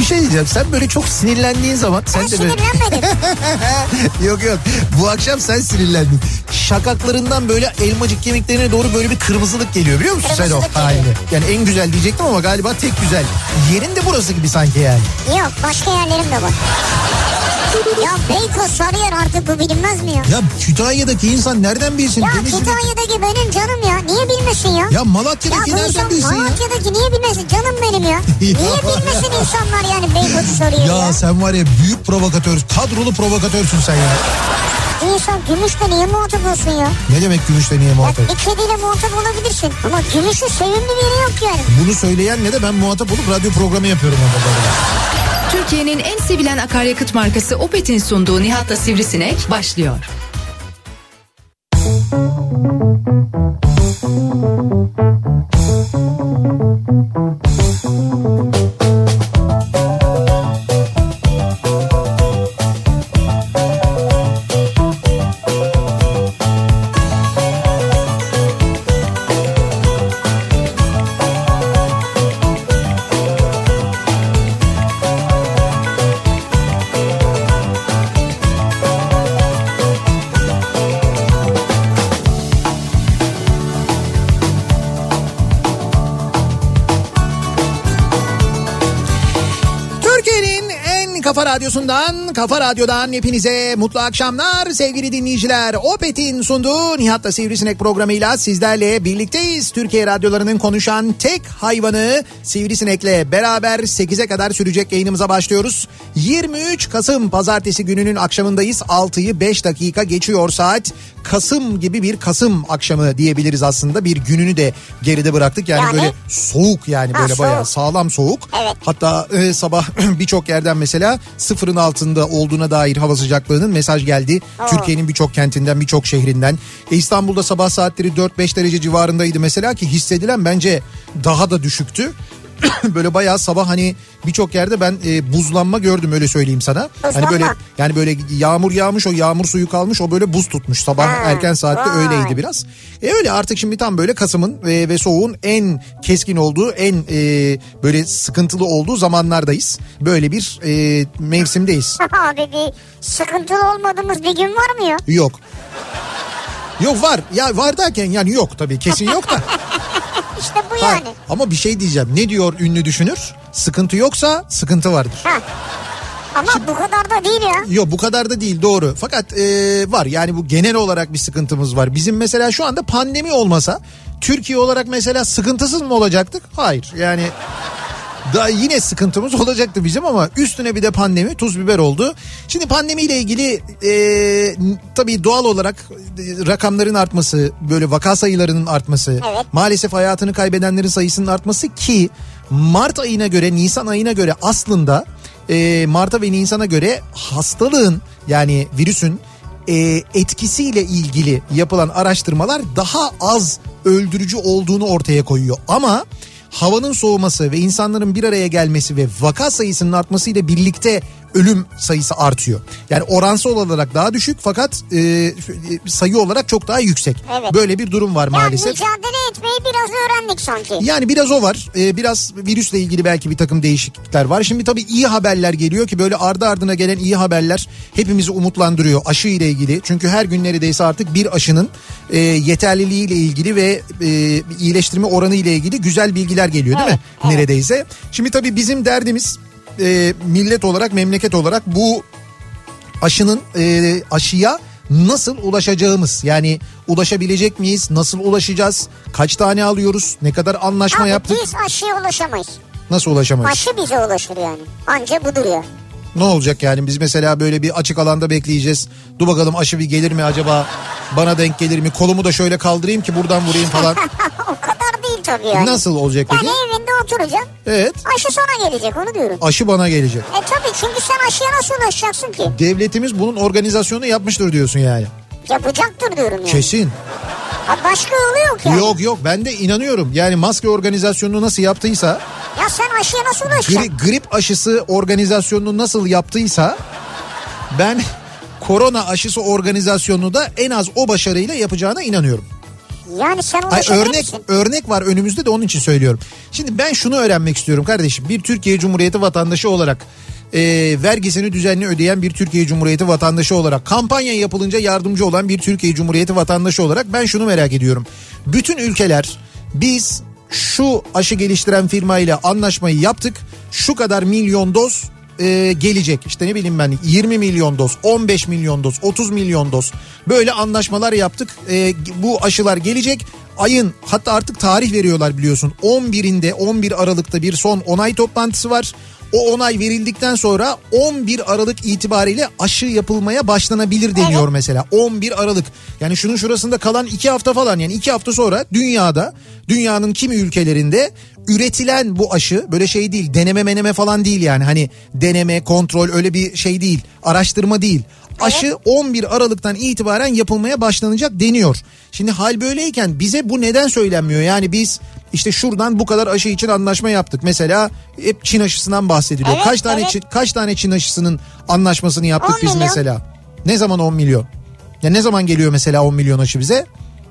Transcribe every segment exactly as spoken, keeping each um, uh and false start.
Bir şey diyeceğim, sen böyle çok sinirlendiğin zaman sen ben de böyle... sinirlenmedim. Yok yok, bu akşam sen sinirlendin. Şakaklarından böyle elmacık kemiklerine doğru böyle bir kırmızılık geliyor, biliyor musun sen o halini? Yani en güzel diyecektim ama galiba tek güzel. Yerin de burası gibi sanki yani. Yok, başka yerlerim de var. Ya Beykoz, Sarıyer, artık bu bilinmez mi ya? Ya Kütahya'daki insan nereden bilsin? Ya Denizli... Kütahya'daki benim canım ya. Niye bilmesin ya? Ya Malatya'daki ya nereden bilsin ya? Malatya'daki niye bilmesin? Canım benim ya. Niye bilmesin insanlar yani Beykoz'u Sarıyer'i ya? Ya sen var ya, büyük provokatör, kadrolu provokatörsün sen ya. İnsan gümüşle niye muhatap olsun ya? Ne demek gümüşle niye muhatap? Ya bir kediyle muhatap olabilirsin ama gümüşün sevimli bir yeri yok yani. Bunu söyleyen ne de ben muhatap olup radyo programı yapıyorum orada. Türkiye'nin en sevilen akaryakıt markası Opet'in sunduğu Nihat'la Sivrisinek başlıyor. Kafa Radyosu'ndan, Kafa Radyo'dan hepinize mutlu akşamlar sevgili dinleyiciler. Opet'in sunduğu Nihat'la Sivrisinek programıyla sizlerle birlikteyiz. Türkiye radyolarının konuşan tek hayvanı Sivrisinek'le beraber sekize kadar sürecek yayınımıza başlıyoruz. yirmi üç Kasım Pazartesi gününün akşamındayız. altıyı beş dakika geçiyor saat. Kasım gibi bir Kasım akşamı diyebiliriz aslında. Bir gününü de geride bıraktık. Yani, yani? böyle soğuk yani ha, böyle soğuk. Bayağı sağlam soğuk. Evet. Hatta e, sabah birçok yerden mesela sıfırın altında olduğuna dair hava sıcaklığının mesaj geldi. Oo. Türkiye'nin birçok kentinden, birçok şehrinden. E, İstanbul'da sabah saatleri dört beş derece civarındaydı mesela ki hissedilen bence daha da düşüktü. Böyle bayağı sabah hani birçok yerde ben e, buzlanma gördüm, öyle söyleyeyim sana. Buzlanma. Hani böyle yani böyle yağmur yağmış, o yağmur suyu kalmış, o böyle buz tutmuş sabah ha. erken saatte Vay. öyleydi biraz. E öyle artık şimdi tam böyle Kasım'ın e, ve soğuğun en keskin olduğu, en e, böyle sıkıntılı olduğu zamanlardayız. Böyle bir e, mevsimdeyiz. Abi bir sıkıntılı olmadığımız bir gün var mı ya? Yok. Yok var. Ya var derken yani yok tabii, kesin yok da. İşte bu yani. Ha, ama bir şey diyeceğim. Ne diyor ünlü düşünür? Sıkıntı yoksa sıkıntı vardır. Ha. Ama Şimdi, bu kadar da değil ya. Yok, bu kadar da değil, doğru. Fakat e, var yani, bu genel olarak bir sıkıntımız var. Bizim mesela şu anda pandemi olmasa Türkiye olarak mesela sıkıntısız mı olacaktık? Hayır yani... Daha yine sıkıntımız olacaktı bizim ama üstüne bir de pandemi tuz biber oldu. Şimdi pandemiyle ilgili e, tabii doğal olarak e, rakamların artması, böyle vaka sayılarının artması, evet. maalesef hayatını kaybedenlerin sayısının artması ki Mart ayına göre, Nisan ayına göre aslında e, Mart'a ve Nisan'a göre hastalığın, yani virüsün e, etkisiyle ilgili yapılan araştırmalar daha az öldürücü olduğunu ortaya koyuyor. Ama havanın soğuması ve insanların bir araya gelmesi ve vaka sayısının artmasıyla birlikte ölüm sayısı artıyor. Yani oransal olarak daha düşük fakat e, sayı olarak çok daha yüksek. Evet. Böyle bir durum var yani maalesef. Yani mücadele etmeyi biraz öğrendik sanki. Yani biraz o var. E, biraz virüsle ilgili belki bir takım değişiklikler var. Şimdi tabii iyi haberler geliyor ki böyle ardı ardına gelen iyi haberler hepimizi umutlandırıyor aşı ile ilgili. Çünkü her gün neredeyse artık bir aşının e, yeterliliği ile ilgili ve e, iyileştirme oranı ile ilgili güzel bilgiler geliyor değil evet, mi? Evet. Neredeyse. Şimdi tabii bizim derdimiz e, millet olarak, memleket olarak bu aşının e, aşıya nasıl ulaşacağımız, yani ulaşabilecek miyiz, nasıl ulaşacağız, kaç tane alıyoruz, ne kadar anlaşma Abi yaptık. Biz aşıya ulaşamayız. Nasıl ulaşamayız? Aşı bize ulaşır yani, anca budur ya. Ne olacak yani, biz mesela böyle bir açık alanda bekleyeceğiz. Dur bakalım aşı bir gelir mi acaba, bana denk gelir mi, kolumu da şöyle kaldırayım ki buradan vurayım falan. O kadar değil tabii yani. Nasıl olacak peki? Yani evinde oturacaksın. Evet. Aşı sana gelecek, onu diyorum. Aşı bana gelecek. E tabii, çünkü sen aşıya nasıl ulaşacaksın ki? Devletimiz bunun organizasyonu yapmıştır diyorsun yani. Yapacaktır diyorum yani. Kesin. Ha, başka yolu yok yani. Yok yok, ben de inanıyorum. Yani maske organizasyonunu nasıl yaptıysa... Ya sen aşıya nasıl ulaşacaksın? Gri, grip aşısı organizasyonunu nasıl yaptıysa... Ben korona aşısı organizasyonunu da en az o başarıyla yapacağına inanıyorum. Yani sen Ay, ulaşabilir örnek misin? örnek var önümüzde de onun için söylüyorum. Şimdi ben şunu öğrenmek istiyorum kardeşim. Bir Türkiye Cumhuriyeti vatandaşı olarak e, vergisini düzenli ödeyen bir Türkiye Cumhuriyeti vatandaşı olarak, kampanya yapılınca yardımcı olan bir Türkiye Cumhuriyeti vatandaşı olarak ben şunu merak ediyorum. Bütün ülkeler biz şu aşı geliştiren firmayla anlaşmayı yaptık. Şu kadar milyon doz e, gelecek. İşte ne bileyim ben yirmi milyon doz, on beş milyon doz, otuz milyon doz. Böyle anlaşmalar yaptık. E, bu aşılar gelecek. Ayın, hatta artık tarih veriyorlar biliyorsun. on birinde on bir Aralık'ta bir son onay toplantısı var. O onay verildikten sonra on bir Aralık itibariyle aşı yapılmaya başlanabilir deniyor evet. Mesela on bir Aralık, yani şunun şurasında kalan iki hafta falan, yani iki hafta sonra dünyada, dünyanın kimi ülkelerinde üretilen bu aşı, böyle şey değil, deneme meneme falan değil, yani hani deneme kontrol öyle bir şey değil, araştırma değil. Aşı on bir Aralık'tan itibaren yapılmaya başlanacak deniyor. Şimdi hal böyleyken bize bu neden söylenmiyor? Yani biz işte şuradan bu kadar aşı için anlaşma yaptık. Mesela hep Çin aşısından bahsediliyor. Evet, kaç tane evet. Çin, kaç tane Çin aşısının anlaşmasını yaptık biz milyon. Mesela? Ne zaman on milyon? Ya ne zaman geliyor mesela on milyon aşı bize?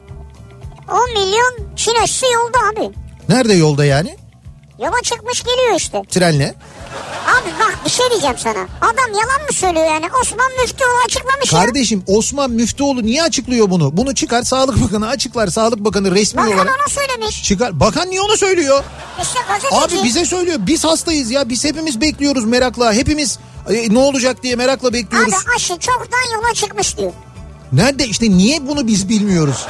on milyon Çin aşısı yolda abi. Nerede yolda yani? Yola çıkmış geliyor işte. Trenle. Abi bak bir şey diyeceğim sana. Adam yalan mı söylüyor yani? Osman Müftüoğlu açıklamış ya. Kardeşim Osman Müftüoğlu niye açıklıyor bunu? Bunu çıkar Sağlık Bakanı açıklar. Sağlık Bakanı resmi Bakan olarak. Bakan onu söylemiş. Çıkar. Bakan niye onu söylüyor? İşte gazeteci. Abi bize söylüyor. Biz hastayız ya. Biz hepimiz bekliyoruz merakla. Hepimiz e, ne olacak diye merakla bekliyoruz. Abi aşı çoktan yola çıkmış diyor. Nerede işte, niye bunu biz bilmiyoruz?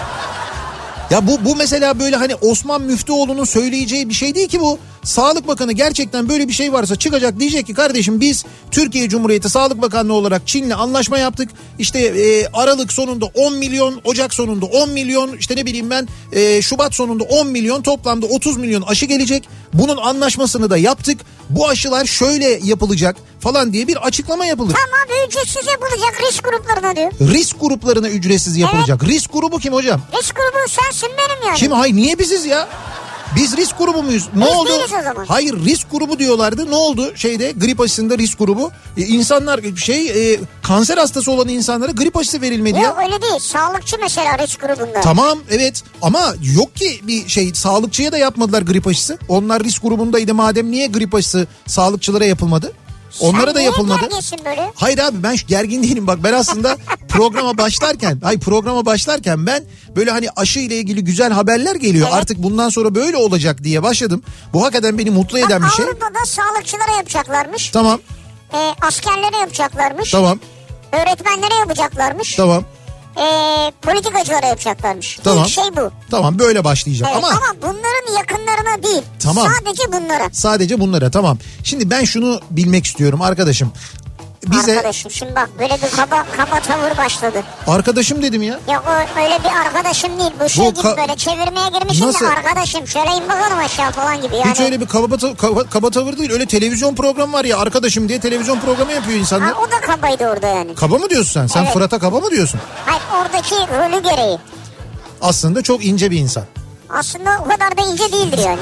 Ya bu bu mesela böyle hani Osman Müftüoğlu'nun söyleyeceği bir şey değil ki bu. Sağlık Bakanı gerçekten böyle bir şey varsa çıkacak, diyecek ki kardeşim biz Türkiye Cumhuriyeti Sağlık Bakanlığı olarak Çin'le anlaşma yaptık. İşte e, Aralık sonunda on milyon, Ocak sonunda on milyon, işte ne bileyim ben e, Şubat sonunda on milyon, toplamda otuz milyon aşı gelecek. Bunun anlaşmasını da yaptık. Bu aşılar şöyle yapılacak falan diye bir açıklama yapılır. Tamam, ücretsiz yapılacak risk gruplarına diyor. Risk gruplarına ücretsiz yapılacak. Evet. Risk grubu kim hocam? Risk grubu sensin, benim yani. Kim? Hayır, niye biziz ya? Biz risk grubu muyuz? Ne Biz oldu? Hayır, risk grubu diyorlardı. Ne oldu? Şeyde grip aşısında risk grubu. Ee, insanlar şey e, kanser hastası olan insanlara grip aşısı verilmedi ya. Yok öyle değil. Sağlıkçı mesela risk grubunda. Tamam evet, ama yok ki bir şey, sağlıkçıya da yapmadılar grip aşısı. Onlar risk grubundaydı madem, niye grip aşısı sağlıkçılara yapılmadı? Onlara Sen da yapılmadı. Böyle? Hayır abi, ben gergin değilim, bak ben aslında programa başlarken hayır programa başlarken ben böyle hani aşı ile ilgili güzel haberler geliyor. Evet. Artık bundan sonra böyle olacak diye başladım. Bu hakikaten beni mutlu eden bak, bir şey. Avrupa'da sağlıkçılara yapacaklarmış. Tamam. E, askerlere yapacaklarmış. Tamam. Öğretmenlere yapacaklarmış. Tamam. E, politikacılara yapacaklarmış. Tamam. İlk şey bu. Tamam, böyle başlayacak Evet, ama. Ama bunların yakınlarına değil. Tamam. Sadece bunlara. Sadece bunlara, tamam. Şimdi ben şunu bilmek istiyorum arkadaşım. Bize... Arkadaşım şimdi bak, böyle bir kaba, kaba tavır başladı. Arkadaşım dedim ya. Yok o öyle bir arkadaşım değil. Bu şey bu gibi ka... böyle çevirmeye girmişim de arkadaşım şöyle in bakalım aşağı falan gibi. Yani... Hiç öyle bir kaba, kaba, kaba tavır değil. Öyle televizyon programı var ya, arkadaşım diye televizyon programı yapıyor insanlar. Ha, o da kabaydı orada yani. Kaba mı diyorsun sen? Sen evet. Fırat'a kaba mı diyorsun? Hayır, oradaki rolü gereği. Aslında çok ince bir insan. Aslında o kadar da ince değildir yani.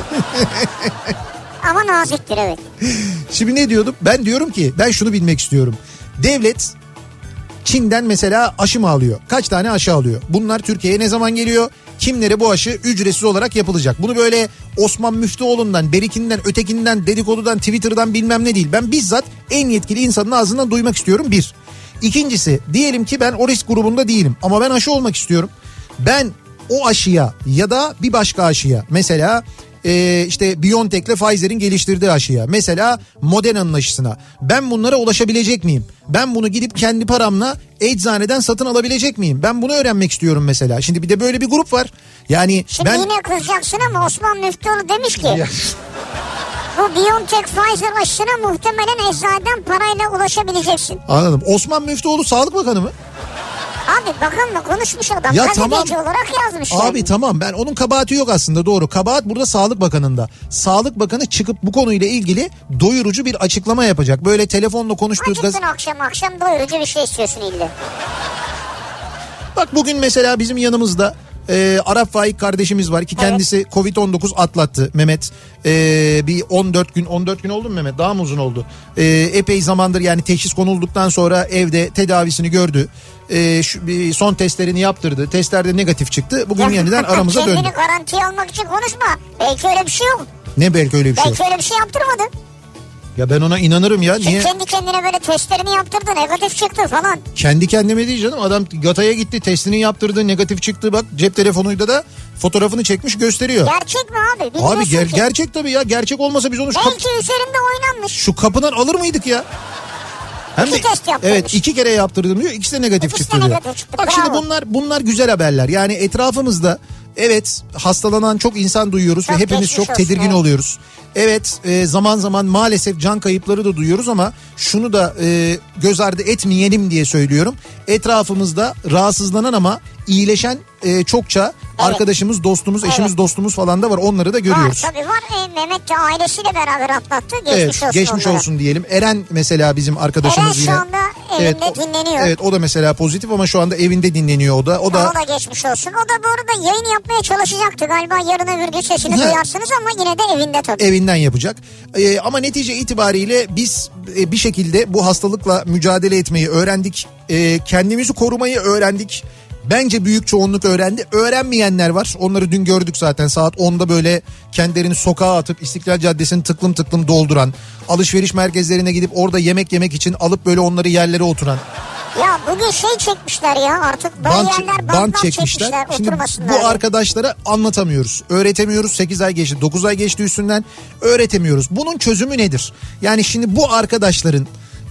Ama naziktir, evet. Şimdi ne diyordum? Ben diyorum ki ben şunu bilmek istiyorum. Devlet Çin'den mesela aşı mı alıyor? Kaç tane aşı alıyor? Bunlar Türkiye'ye ne zaman geliyor? Kimlere bu aşı ücretsiz olarak yapılacak? Bunu böyle Osman Müftüoğlu'ndan, berikinden, ötekinden, dedikodudan, Twitter'dan bilmem ne değil. Ben bizzat en yetkili insanın ağzından duymak istiyorum, bir. İkincisi, diyelim ki ben o risk grubunda değilim ama ben aşı olmak istiyorum. Ben o aşıya ya da bir başka aşıya, mesela Ee, işte BioNTech'le Pfizer'in geliştirdiği aşıya, mesela Moderna'nın aşısına, ben bunlara ulaşabilecek miyim? Ben bunu gidip kendi paramla eczaneden satın alabilecek miyim? Ben bunu öğrenmek istiyorum mesela. Şimdi bir de böyle bir grup var. Yani Şimdi ben... yine kızacaksın ama Osman Müftüoğlu demiş ki bu BioNTech Pfizer aşısına muhtemelen eczaneden parayla ulaşabileceksin. Anladım. Osman Müftüoğlu Sağlık Bakanı mı? Abi bakanla konuşmuş adam. Ya gazeteci tamam. olarak yazmış. Abi yani. Tamam, ben onun kabahati yok aslında, doğru. Kabahat burada Sağlık Bakanı'nda. Sağlık Bakanı çıkıp bu konuyla ilgili doyurucu bir açıklama yapacak. Böyle telefonla konuştuğu... Acıktın gaz... akşam akşam doyurucu bir şey istiyorsun illa. Bak bugün mesela bizim yanımızda Ee, Arap Faik kardeşimiz var ki kendisi evet. covid on dokuz atlattı Mehmet. Ee, bir on dört gün on dört gün oldu mu Mehmet? Daha mı uzun oldu? Ee, epey zamandır yani teşhis konulduktan sonra evde tedavisini gördü. Ee, şu, bir son testlerini yaptırdı. Testlerde negatif çıktı. Bugün yeniden aramıza döndü. Kendini garantiye almak için konuşma. Belki öyle bir şey yok. Ne belki öyle bir şey belki yok? Belki öyle bir şey yaptırmadı. Ya ben ona inanırım ya. Çünkü niye? kendi kendine böyle testlerini yaptırdı, negatif çıktı falan. Kendi kendime değil canım. Adam Gata'ya gitti, testini yaptırdı, negatif çıktı. Bak cep telefonuyla da fotoğrafını çekmiş gösteriyor. Gerçek mi abi? Abi ger- gerçek tabii ya. Gerçek olmasa biz onu... Belki kap- üzerinde oynanmış. Şu kapıdan alır mıydık ya? Hem iki de, test yaptırmış. Evet iki kere yaptırdım diyor. İkisi de negatif İkisi çıktı de diyor. negatif çıktı. Bak Bravo. şimdi bunlar bunlar güzel haberler. Yani etrafımızda evet hastalanan çok insan duyuyoruz çok ve hepimiz çok olsun, tedirgin evet. oluyoruz. Evet e, zaman zaman maalesef can kayıpları da duyuyoruz ama şunu da e, göz ardı etmeyelim diye söylüyorum. Etrafımızda rahatsızlanan ama iyileşen e, çokça evet. arkadaşımız, dostumuz, eşimiz, evet. dostumuz falan da var. Onları da görüyoruz. Var tabii var. E, Mehmet de ailesiyle beraber atlattı. Geçmiş evet, olsun geçmiş onlara. olsun diyelim. Eren mesela bizim arkadaşımız Eren yine. Eren şu anda evinde evet, dinleniyor. Evet o da mesela pozitif ama şu anda evinde dinleniyor o da. O da, o da geçmiş olsun. O da bu arada yayın yapmaya çalışacaktı galiba. Yarın öbür gün sesini ha. duyarsınız ama yine de evinde tabii. Evinden yapacak. Ee, ama netice itibariyle biz e, bir şekilde bu hastalıkla mücadele etmeyi öğrendik. E, kendimizi korumayı öğrendik. Bence büyük çoğunluk öğrendi. Öğrenmeyenler var. Onları dün gördük zaten. Saat onda böyle kendilerini sokağa atıp İstiklal Caddesi'ni tıklım tıklım dolduran, alışveriş merkezlerine gidip orada yemek yemek için alıp böyle onları yerlere oturan. Ya bugün şey çekmişler ya artık böyle bant, yerler bant çekmişler. çekmişler Şimdi bu diye. Arkadaşlara anlatamıyoruz. Öğretemiyoruz. sekiz ay geçti, dokuz ay geçti üstünden. Öğretemiyoruz. Bunun çözümü nedir? Yani şimdi bu arkadaşların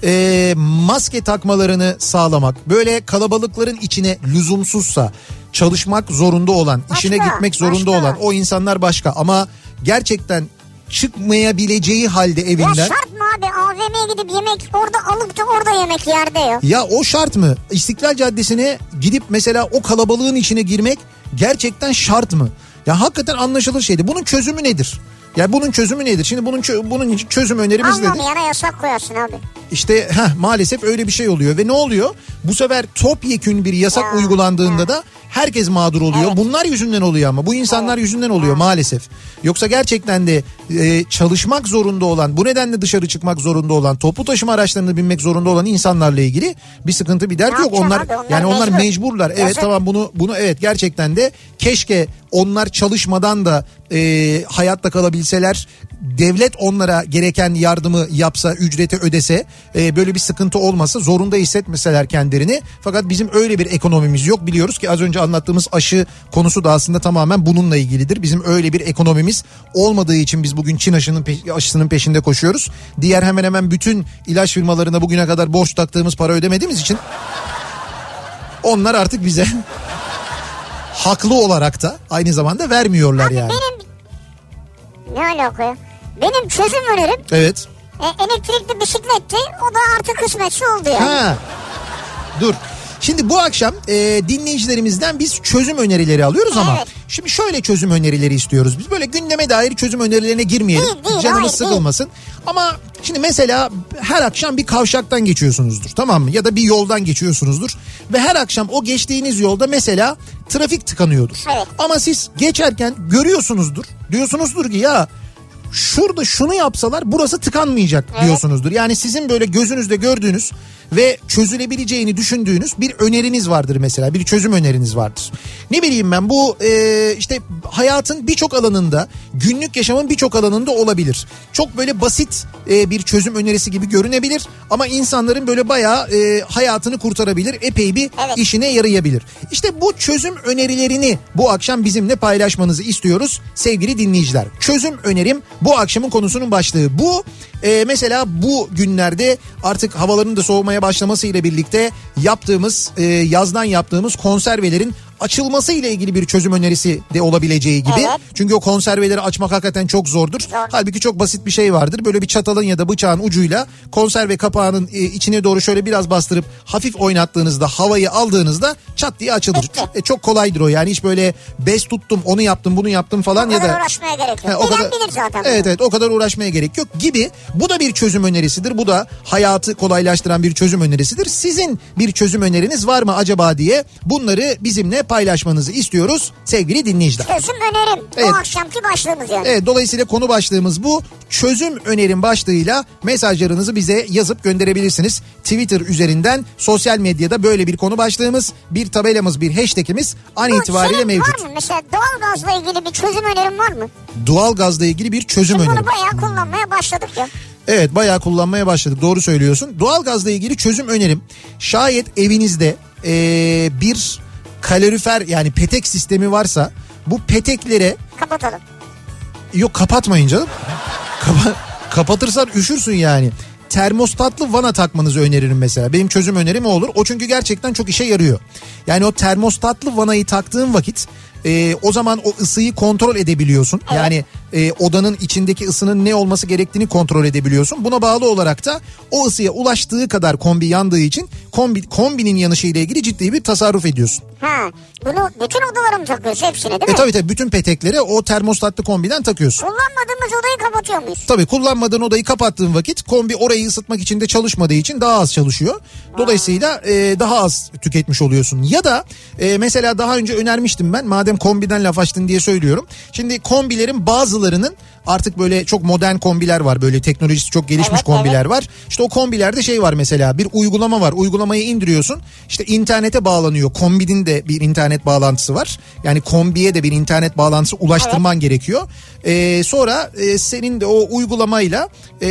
e, maske takmalarını sağlamak, böyle kalabalıkların içine lüzumsuzsa çalışmak zorunda olan, başka, işine gitmek zorunda başka. olan o insanlar başka ama gerçekten çıkmayabileceği halde evinden. Ya şart mı abi A V M'ye gidip yemek orada alıp da orada yemek yerde ya. Ya o şart mı? İstiklal Caddesi'ne gidip mesela o kalabalığın içine girmek gerçekten şart mı? Ya hakikaten anlaşılır şeydi. Bunun çözümü nedir? Ya bunun çözümü nedir? Şimdi bunun çö- bunun çözüm önerimiz nedir? Anlamayana yasak koyarsın abi. İşte heh, maalesef öyle bir şey oluyor ve ne oluyor? Bu sefer topyekün bir yasak ya, uygulandığında ya. da herkes mağdur oluyor. Evet. Bunlar yüzünden oluyor ama bu insanlar evet. yüzünden oluyor evet. maalesef. Yoksa gerçekten de e, çalışmak zorunda olan, bu nedenle dışarı çıkmak zorunda olan, toplu taşıma araçlarına binmek zorunda olan insanlarla ilgili bir sıkıntı, bir dert ne yok. Onlar, abi, onlar yani mecbur. onlar mecburlar. Evet Yazık. tamam bunu bunu evet gerçekten de keşke onlar çalışmadan da e, hayatta kalabilseler, devlet onlara gereken yardımı yapsa, ücreti ödese, e, böyle bir sıkıntı olmasa, zorunda hissetmeseler kendilerini. Fakat bizim öyle bir ekonomimiz yok. Biliyoruz ki az önce anlattığımız aşı konusu da aslında tamamen bununla ilgilidir. Bizim öyle bir ekonomimiz olmadığı için biz bugün Çin aşının pe- aşısının peşinde koşuyoruz. Diğer hemen hemen bütün ilaç firmalarına bugüne kadar borç taktığımız para ödemediğimiz için onlar artık bize haklı olarak da aynı zamanda vermiyorlar abi yani. Benim ne alaka ya? Benim çözüm önerim. Evet. E, elektrikli bisikletti. O da artık kısmetse oldu yani. Ha. Dur. Şimdi bu akşam e, dinleyicilerimizden biz çözüm önerileri alıyoruz evet. ama şimdi şöyle çözüm önerileri istiyoruz. Biz böyle gündeme dair çözüm önerilerine girmeyelim. Değil, değil, Canımız hayır, sıkılmasın. Değil. Ama şimdi mesela her akşam bir kavşaktan geçiyorsunuzdur, tamam mı? Ya da bir yoldan geçiyorsunuzdur. Ve her akşam o geçtiğiniz yolda mesela trafik tıkanıyordur. Evet. Ama siz geçerken görüyorsunuzdur. Diyorsunuzdur ki ya şurada şunu yapsalar burası tıkanmayacak evet. diyorsunuzdur. Yani sizin böyle gözünüzde gördüğünüz ve çözülebileceğini düşündüğünüz bir öneriniz vardır mesela. Bir çözüm öneriniz vardır. Ne bileyim ben bu e, işte hayatın birçok alanında, günlük yaşamın birçok alanında olabilir. Çok böyle basit e, bir çözüm önerisi gibi görünebilir ama insanların böyle bayağı e, hayatını kurtarabilir. Epey bir evet. işine yarayabilir. İşte bu çözüm önerilerini bu akşam bizimle paylaşmanızı istiyoruz sevgili dinleyiciler. Çözüm önerim bu akşamın konusunun başlığı bu. E, mesela bu günlerde artık havaların da soğumaya başlamasıyla birlikte yaptığımız e, yazdan yaptığımız konservelerin açılması ile ilgili bir çözüm önerisi de olabileceği gibi. Evet. Çünkü o konserveleri açmak hakikaten çok zordur. Zor. Halbuki çok basit bir şey vardır. Böyle bir çatalın ya da bıçağın ucuyla konserve kapağının e, içine doğru şöyle biraz bastırıp hafif oynattığınızda, havayı aldığınızda çat diye açılır. E, çok kolaydır o yani, hiç böyle bez tuttum, onu yaptım, bunu yaptım falan o ya da. O kadar uğraşmaya gerek yok. He, o kadar, bilir zaten. Evet evet o kadar uğraşmaya gerek yok gibi. Bu da bir çözüm önerisidir. Bu da hayatı kolaylaştıran bir çözüm önerisidir. Sizin bir çözüm öneriniz var mı acaba diye bunları bizimle paylaşmanızı istiyoruz sevgili dinleyiciler. Çözüm önerim. Evet. Bu akşamki başlığımız yani. Evet, dolayısıyla konu başlığımız bu. Çözüm önerim başlığıyla mesajlarınızı bize yazıp gönderebilirsiniz. Twitter üzerinden, sosyal medyada böyle bir konu başlığımız, bir tabelamız, bir hashtagimiz an Bu itibariyle senin mevcut. var mı? Mesela doğalgazla ilgili bir çözüm önerim var mı? Doğalgazla ilgili bir çözüm Şimdi önerim. bunu bayağı kullanmaya başladık ya. Evet, bayağı kullanmaya başladık, doğru söylüyorsun. Doğalgazla ilgili çözüm önerim. Şayet evinizde ee, bir kalorifer yani petek sistemi varsa bu peteklere... Kapatalım. Yok, kapatmayın canım. Kapa- kapatırsan üşürsün yani. Termostatlı vana takmanızı öneririm mesela. Benim çözüm önerim o olur. O çünkü gerçekten çok işe yarıyor. Yani o termostatlı vanayı taktığın vakit e, o zaman o ısıyı kontrol edebiliyorsun. Evet. Yani e, odanın içindeki ısının ne olması gerektiğini kontrol edebiliyorsun. Buna bağlı olarak da o ısıya ulaştığı kadar kombi yandığı için kombi, kombinin yanışıyla ilgili ciddi bir tasarruf ediyorsun. Ha, bunu bütün odalara mı takıyoruz hepsine değil mi? E tabii tabii, bütün peteklere o termostatlı kombiden takıyorsun. Kullanmadığımız odayı kapatıyor muyuz? Tabii, kullanmadığın odayı kapattığın vakit kombi orayı ısıtmak için de çalışmadığı için daha az çalışıyor. Dolayısıyla e, daha az tüketmiş oluyorsun. Ya da e, mesela daha önce önermiştim ben, madem kombiden laf açtın diye söylüyorum. Şimdi kombilerin bazılarının artık böyle çok modern kombiler var, böyle teknolojisi çok gelişmiş Evet, kombiler evet. var. İşte o kombilerde şey var mesela, bir uygulama var. Uygulamayı indiriyorsun, işte internete bağlanıyor. Kombinin de bir internet bağlantısı var. Yani kombiye de bir internet bağlantısı ulaştırman evet. gerekiyor. Ee, sonra e, senin de o uygulamayla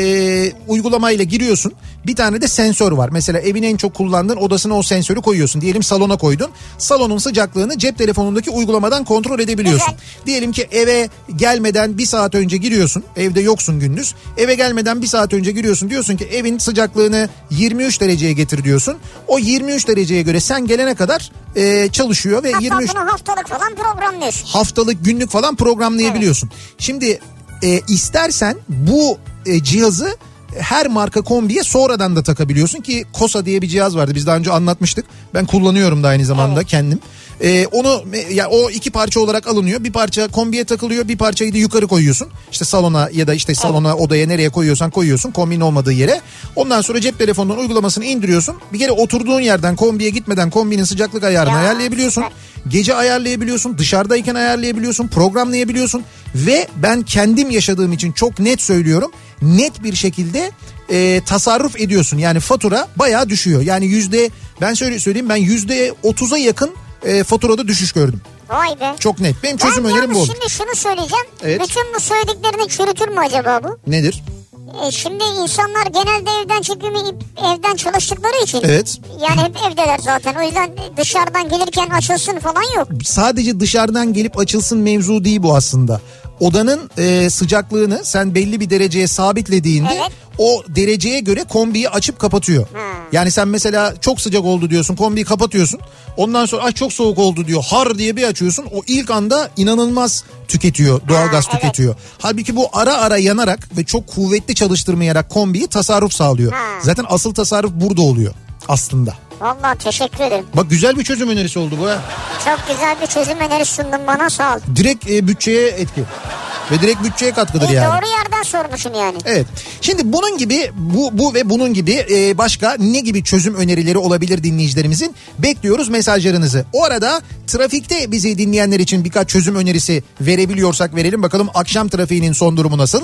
e, uygulamayla giriyorsun. Bir tane de sensör var. Mesela evin en çok kullandığın odasına o sensörü koyuyorsun. Diyelim salona koydun. Salonun sıcaklığını cep telefonundaki uygulamadan kontrol edebiliyorsun. Güzel. Diyelim ki eve gelmeden bir saat önce giriyorsun. Evde yoksun gündüz. Eve gelmeden bir saat önce giriyorsun. Diyorsun ki evin sıcaklığını yirmi üç dereceye getir diyorsun. O yirmi üç dereceye göre sen gelene kadar e, çalışıyor ve Hatta yirmi üç bunu haftalık falan programlıyorsun. haftalık, günlük falan programlayabiliyorsun. Evet. Şimdi e, istersen bu e, cihazı her marka kombiye sonradan da takabiliyorsun ki Kosa diye bir cihaz vardı, biz daha önce anlatmıştık. Ben kullanıyorum da aynı zamanda evet. kendim. Ee, onu ya o iki parça olarak alınıyor. Bir parça kombiye takılıyor, bir parçayı da yukarı koyuyorsun. İşte salona ya da işte salona, odaya nereye koyuyorsan koyuyorsun, kombinin olmadığı yere. Ondan sonra cep telefonundan uygulamasını indiriyorsun. Bir kere oturduğun yerden kombiye gitmeden kombinin sıcaklık ayarını ya, ayarlayabiliyorsun. Süper. Gece ayarlayabiliyorsun, dışarıdayken ayarlayabiliyorsun, programlayabiliyorsun ve ben kendim yaşadığım için çok net söylüyorum. Net bir şekilde e, tasarruf ediyorsun. Yani fatura bayağı düşüyor. Yani yüzde ben söyle söyleyeyim ben yüzde otuza yakın e, faturada düşüş gördüm. Vay be. Çok net. Benim çözüm ben önerim bu oldu. Şimdi şunu söyleyeceğim. Evet. Bütün bu söylediklerini çürütür mü acaba bu? Nedir? E şimdi insanlar genelde evden çıkıyor, evden çalıştıkları için. Evet. Yani hep evdeler zaten. O yüzden dışarıdan gelirken açılsın falan yok. Sadece dışarıdan gelip açılsın mevzu değil bu aslında. Odanın e, sıcaklığını sen belli bir dereceye sabitlediğinde evet. o dereceye göre kombiyi açıp kapatıyor. Hmm. Yani sen mesela çok sıcak oldu diyorsun, kombiyi kapatıyorsun. Ondan sonra ay çok soğuk oldu diyor, har diye bir açıyorsun. O ilk anda inanılmaz tüketiyor, doğalgaz ha, tüketiyor. Evet. Halbuki bu ara ara yanarak ve çok kuvvetli çalıştırmayarak kombiyi tasarruf sağlıyor. Hmm. Zaten asıl tasarruf burada oluyor aslında. Vallahi teşekkür ederim. Bak güzel bir çözüm önerisi oldu bu ha. Çok güzel bir çözüm önerisi sundun bana, sağ ol. Direkt e, bütçeye etki. Ve direkt bütçeye katkıdır e, yani. Doğru yerden sormuşsun yani. Evet. Şimdi bunun gibi bu bu ve bunun gibi e, başka ne gibi çözüm önerileri olabilir dinleyicilerimizin? Bekliyoruz mesajlarınızı. O arada trafikte bizi dinleyenler için birkaç çözüm önerisi verebiliyorsak verelim. Bakalım akşam trafiğinin son durumu nasıl?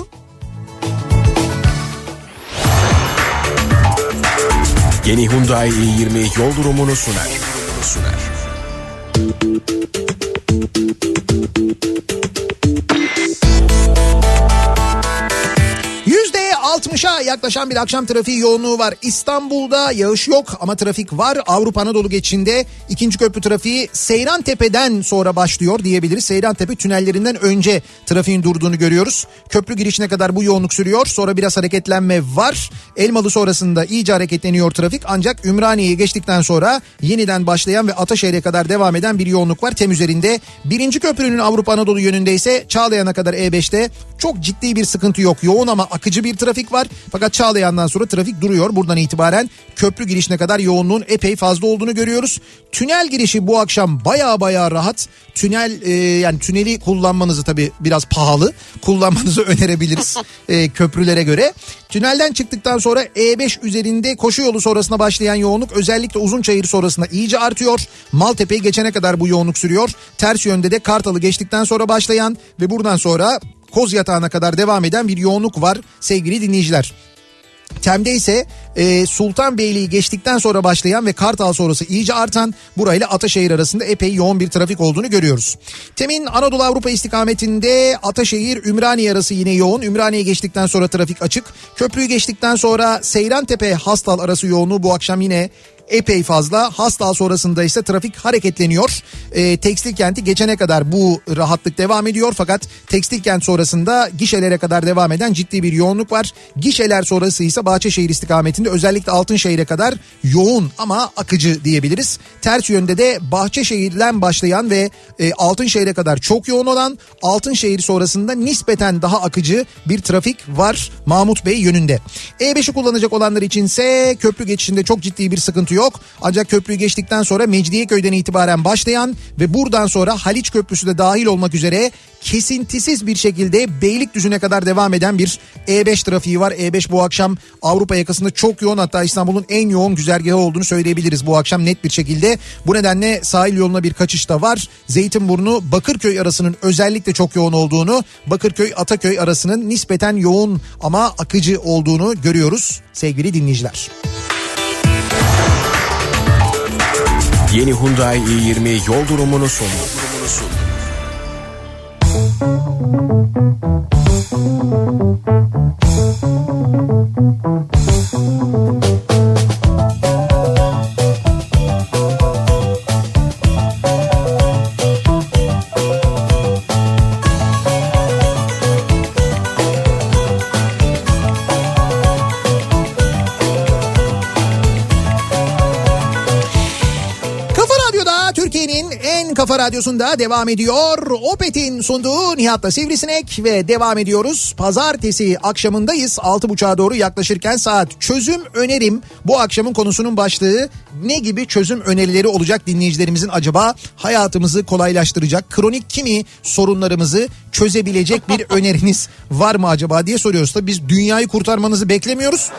Yeni Hyundai i yirmi yol durumunu sunar. sunar. yüzde altmışa yaklaşan bir akşam trafiği yoğunluğu var. İstanbul'da yağış yok ama trafik var. Avrupa Anadolu geçişinde ikinci köprü trafiği Seyrantepe'den sonra başlıyor diyebiliriz. Seyrantepe tünellerinden önce trafiğin durduğunu görüyoruz. Köprü girişine kadar bu yoğunluk sürüyor. Sonra biraz hareketlenme var. Elmalı sonrasında iyice hareketleniyor trafik. Ancak Ümraniye'yi geçtikten sonra yeniden başlayan ve Ataşehir'e kadar devam eden bir yoğunluk var TEM üzerinde. Birinci köprünün Avrupa Anadolu yönünde ise Çağlayan'a kadar E beşte çok ciddi bir sıkıntı yok. Yoğun ama akıcı bir trafik var. var. Fakat Çağlayan'dan sonra trafik duruyor. Buradan itibaren köprü girişine kadar yoğunluğun epey fazla olduğunu görüyoruz. Tünel girişi bu akşam baya baya rahat. Tünel e, yani tüneli kullanmanızı tabii biraz pahalı. Kullanmanızı önerebiliriz e, köprülere göre. Tünelden çıktıktan sonra E beş üzerinde koşu yolu sonrasına başlayan yoğunluk özellikle Uzunçayır sonrasında iyice artıyor. Maltepe'yi geçene kadar bu yoğunluk sürüyor. Ters yönde de Kartal'ı geçtikten sonra başlayan ve buradan sonra Kozyatağı'na kadar devam eden bir yoğunluk var sevgili dinleyiciler. Tem'de ise e, Sultanbeyli'yi geçtikten sonra başlayan ve Kartal sonrası iyice artan burayla Ataşehir arasında epey yoğun bir trafik olduğunu görüyoruz. Tem'in Anadolu Avrupa istikametinde Ataşehir Ümraniye arası yine yoğun. Ümraniye'yi geçtikten sonra trafik açık. Köprüyü geçtikten sonra Seyrantepe Hastal arası yoğunluğu bu akşam yine epey fazla. Hastal sonrasında ise trafik hareketleniyor. E, tekstil kenti geçene kadar bu rahatlık devam ediyor. Fakat tekstil kent sonrasında gişelere kadar devam eden ciddi bir yoğunluk var. Gişeler sonrası ise Bahçeşehir istikametinde özellikle Altınşehir'e kadar yoğun ama akıcı diyebiliriz. Ters yönde de Bahçeşehir'den başlayan ve e, Altınşehir'e kadar çok yoğun olan, Altınşehir sonrasında nispeten daha akıcı bir trafik var Mahmut Bey yönünde. E beşi kullanacak olanlar içinse köprü geçişinde çok ciddi bir sıkıntı yok. Ancak köprüyü geçtikten sonra Mecidiyeköy'den itibaren başlayan ve buradan sonra Haliç Köprüsü de dahil olmak üzere kesintisiz bir şekilde Beylikdüzü'ne kadar devam eden bir E beş trafiği var. E beş bu akşam Avrupa yakasında çok yoğun, hatta İstanbul'un en yoğun güzergahı olduğunu söyleyebiliriz bu akşam net bir şekilde. Bu nedenle sahil yoluna bir kaçış da var. Zeytinburnu Bakırköy arasının özellikle çok yoğun olduğunu, Bakırköy Ataköy arasının nispeten yoğun ama akıcı olduğunu görüyoruz sevgili dinleyiciler. Yeni Hyundai i yirmi yol durumunu sunuyor. Kafa Radyosu'nda devam ediyor. Opet'in sunduğu Nihat'la Sivrisinek ve devam ediyoruz. Pazartesi akşamındayız. altı buçuğa doğru yaklaşırken saat. Çözüm önerim bu akşamın konusunun başlığı. Ne gibi çözüm önerileri olacak dinleyicilerimizin acaba? Hayatımızı kolaylaştıracak, kronik kimi sorunlarımızı çözebilecek bir öneriniz var mı acaba diye soruyoruz. Tabii biz dünyayı kurtarmanızı beklemiyoruz.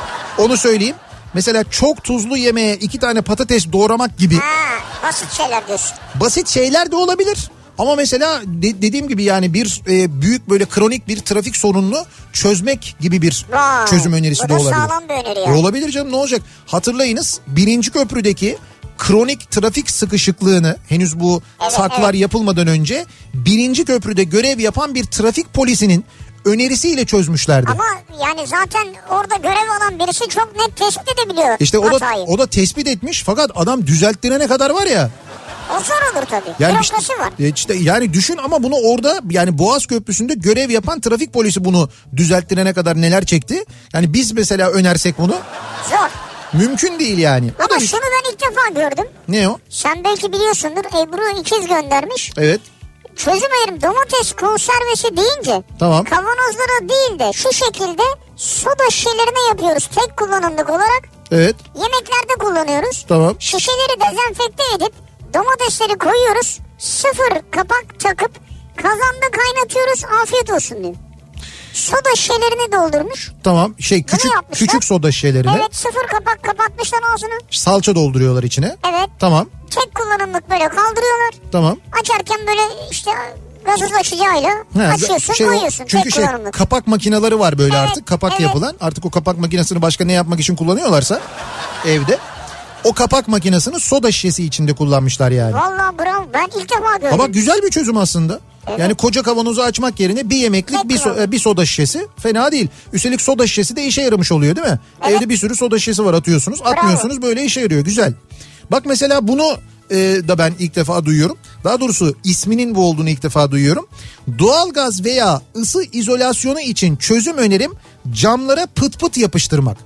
Onu söyleyeyim. Mesela çok tuzlu yemeğe iki tane patates doğramak gibi. Ha, basit şeyler diyorsun. Basit şeyler de olabilir. Ama mesela de, dediğim gibi yani bir e, büyük böyle kronik bir trafik sorununu çözmek gibi bir Vay, çözüm önerisi de olabilir. Bu da sağlam bir öneri yani. E, olabilir canım, ne olacak? Hatırlayınız birinci köprüdeki kronik trafik sıkışıklığını henüz bu evet, saklar evet. yapılmadan önce birinci köprüde görev yapan bir trafik polisinin önerisiyle çözmüşlerdi. Ama yani zaten orada görev alan birisi çok net tespit edebiliyor. İşte o da, hatayı. o da tespit etmiş fakat adam düzelttirene kadar var ya. O zor olur tabii. Yani Bürokrasi işte, var. işte yani düşün ama bunu orada yani Boğaz Köprüsü'nde görev yapan trafik polisi bunu düzelttirene kadar neler çekti. Yani biz mesela önersek bunu. Zor. Mümkün değil yani. O ama da bir... şunu ben ilk defa gördüm. Ne o? Sen belki biliyorsundur, Ebru ikiz göndermiş. Evet. Çözüm önerim domates konservesi deyince tamam. kavanozlara değil de şu şekilde soda şişelerine yapıyoruz tek kullanımlık olarak. Evet. Yemeklerde kullanıyoruz. Tamam. Şişeleri dezenfekte edip domatesleri koyuyoruz. Sıfır kapak takıp kazanda kaynatıyoruz, afiyet olsun diyor. Soda şişelerini doldurmuş. Tamam şey küçük küçük soda şişelerini. Evet, sıfır kapak kapatmışlar ağzını. Salça dolduruyorlar içine. Evet. Tamam. Tek kullanımlık böyle kaldırıyorlar. Tamam. Açarken böyle işte gazoz açacağıyla ha, açıyorsun şey, koyuyorsun. Çünkü tek şey kullanımlık. kapak makineleri var böyle evet, artık kapak evet. yapılan. Artık o kapak makinesini başka ne yapmak için kullanıyorlarsa evde. O kapak makinesini soda şişesi içinde kullanmışlar yani. Vallahi bravo, ben ilk defa gördüm. Ama güzel bir çözüm aslında. Evet. Yani koca kavanozu açmak yerine bir yemeklik bir, so- bir soda şişesi fena değil. Üstelik soda şişesi de işe yaramış oluyor değil mi? Evet. Evde bir sürü soda şişesi var, atıyorsunuz atmıyorsunuz, bravo. Böyle işe yarıyor, güzel. Bak mesela bunu e, da ben ilk defa duyuyorum. Daha doğrusu isminin bu olduğunu ilk defa duyuyorum. Doğalgaz veya ısı izolasyonu için çözüm önerim camlara pıt pıt yapıştırmak.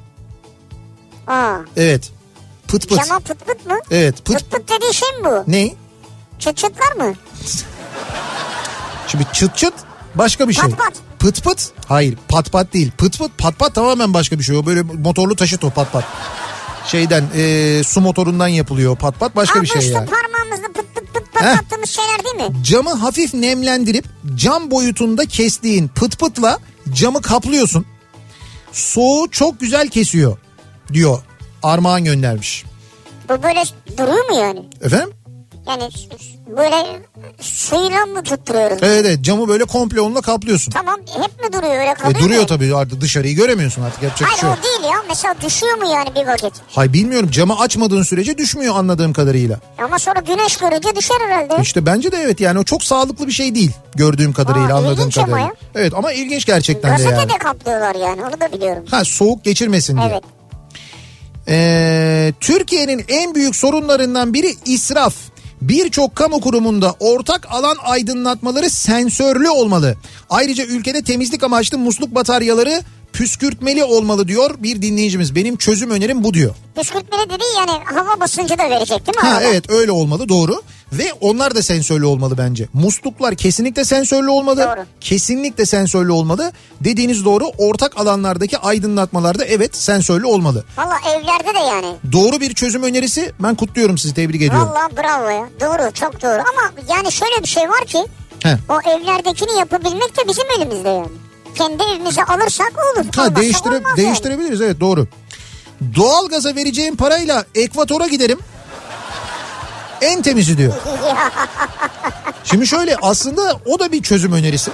Aa. Evet. Pıt pıt. Cama pıt pıt mı? Evet. Pıt pıt, pıt dediği şey mi bu? Ne? Çıt çıtlar mı? Şimdi çıt çıt başka bir şey. Pat pat. Pıt pıt hayır pat pat değil. Pıt pıt pat pat tamamen başka bir şey. O böyle motorlu taşıt o pat pat. Şeyden e, su motorundan yapılıyor pat pat başka Aa, bir şey işte yani. parmağımızla pıt pıt pıt patlattığımız şeyler değil mi? Camı hafif nemlendirip cam boyutunda kestiğin pıt pıtla camı kaplıyorsun. Soğuğu çok güzel kesiyor diyor. Armağan göndermiş. Bu böyle duruyor mu yani? Efendim? Yani böyle suyla mı tutturuyoruz? Evet evet camı böyle komple onunla kaplıyorsun. Tamam hep mi duruyor öyle kalıyor E, duruyor mu? tabii artık dışarıyı göremiyorsun artık yapacak bir Hayır şey yok. o değil ya mesela düşüyor mu yani bir vakit? Hayır bilmiyorum camı açmadığın sürece düşmüyor anladığım kadarıyla. Ama sonra güneş görünce düşer herhalde. İşte bence de evet yani o çok sağlıklı bir şey değil gördüğüm kadarıyla Aa, anladığım ilginç ama kadarıyla. ya. Evet ama ilginç gerçekten de yani. Gazete de kaplıyorlar yani onu da biliyorum. Ha soğuk geçirmesin diye. Evet. Ee, Türkiye'nin en büyük sorunlarından biri israf. Birçok kamu kurumunda ortak alan aydınlatmaları sensörlü olmalı. Ayrıca ülkede temizlik amaçlı musluk bataryaları püskürtmeli olmalı diyor bir dinleyicimiz. Benim çözüm önerim bu diyor. Püskürtmeli dediği yani hava basıncı da verecek değil mi? Ha arada? evet öyle olmalı doğru. Ve onlar da sensörlü olmalı bence. Musluklar kesinlikle sensörlü olmalı. Doğru. Kesinlikle sensörlü olmalı. Dediğiniz doğru ortak alanlardaki aydınlatmalarda evet sensörlü olmalı. Valla evlerde de yani. Doğru bir çözüm önerisi ben kutluyorum sizi tebrik ediyorum. Valla bravo ya. Doğru çok doğru ama yani şöyle bir şey var ki Heh. o evlerdekini yapabilmek de bizim elimizde yani. Kendi evimize alırsak olur. Ha değiştire, değiştirebiliriz yani. Evet doğru. Doğalgaza vereceğim parayla Ekvator'a giderim. En temizi diyor. Şimdi şöyle aslında o da bir çözüm önerisi.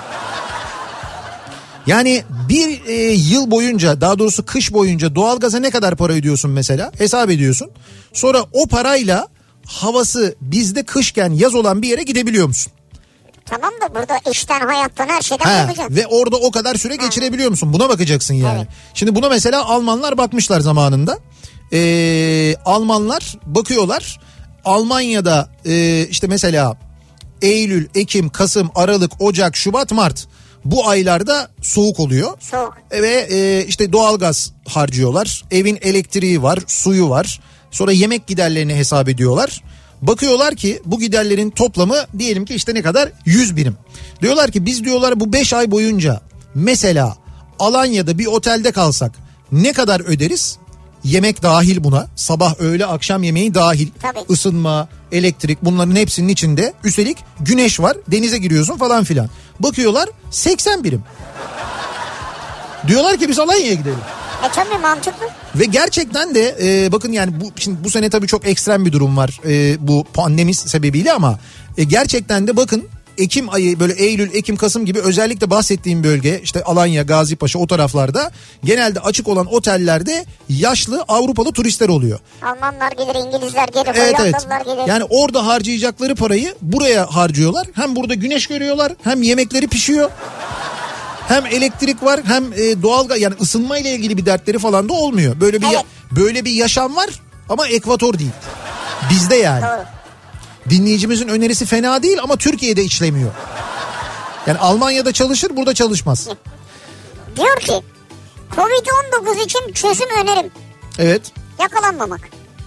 Yani bir e, yıl boyunca daha doğrusu kış boyunca doğalgaza ne kadar para ödüyorsun mesela hesap ediyorsun. Sonra o parayla havası bizde kışken yaz olan bir yere gidebiliyor musun? Tamam da burada işten hayattan her şeyden Ha, yapacaksın. ve orada o kadar süre geçirebiliyor musun? Buna bakacaksın yani. Evet. Şimdi buna mesela Almanlar bakmışlar zamanında. Ee, Almanlar bakıyorlar. Almanya'da e, işte mesela Eylül, Ekim, Kasım, Aralık, Ocak, Şubat, Mart bu aylarda soğuk oluyor. Soğuk. Ve e, işte doğalgaz harcıyorlar. Evin elektriği var, suyu var. Sonra yemek giderlerini hesap ediyorlar. Bakıyorlar ki bu giderlerin toplamı diyelim ki işte ne kadar? yüz birim. Diyorlar ki biz diyorlar bu beş ay boyunca mesela Alanya'da bir otelde kalsak ne kadar öderiz? Yemek dahil buna. Sabah, öğle, akşam yemeği dahil. Tabii. Isınma, elektrik bunların hepsinin içinde. Üstelik güneş var, denize giriyorsun falan filan. Bakıyorlar seksen birim. Diyorlar ki biz Alanya'ya gidelim. E tabii mantıklı. Ve gerçekten de e, bakın yani bu şimdi bu sene tabii çok ekstrem bir durum var e, bu pandemi sebebiyle ama e, gerçekten de bakın Ekim ayı böyle Eylül, Ekim, Kasım gibi özellikle bahsettiğim bölge işte Alanya, Gazipaşa o taraflarda genelde açık olan otellerde yaşlı Avrupalı turistler oluyor. Almanlar gelir, İngilizler gelir, Evet evet. Hollandalılar gelir. Yani orada harcayacakları parayı buraya harcıyorlar. Hem burada güneş görüyorlar, hem yemekleri pişiyor. Hem elektrik var, hem e, doğalgaz yani ısınma ile ilgili bir dertleri falan da olmuyor. Böyle bir Evet. böyle bir yaşam var ama Ekvator değil. Bizde yani. Doğru. Dinleyicimizin önerisi fena değil ama Türkiye'de işlemiyor. Yani Almanya'da çalışır, burada çalışmaz. Diyor ki kovid on dokuz için çözüm önerim. Evet. Yakalanmamak.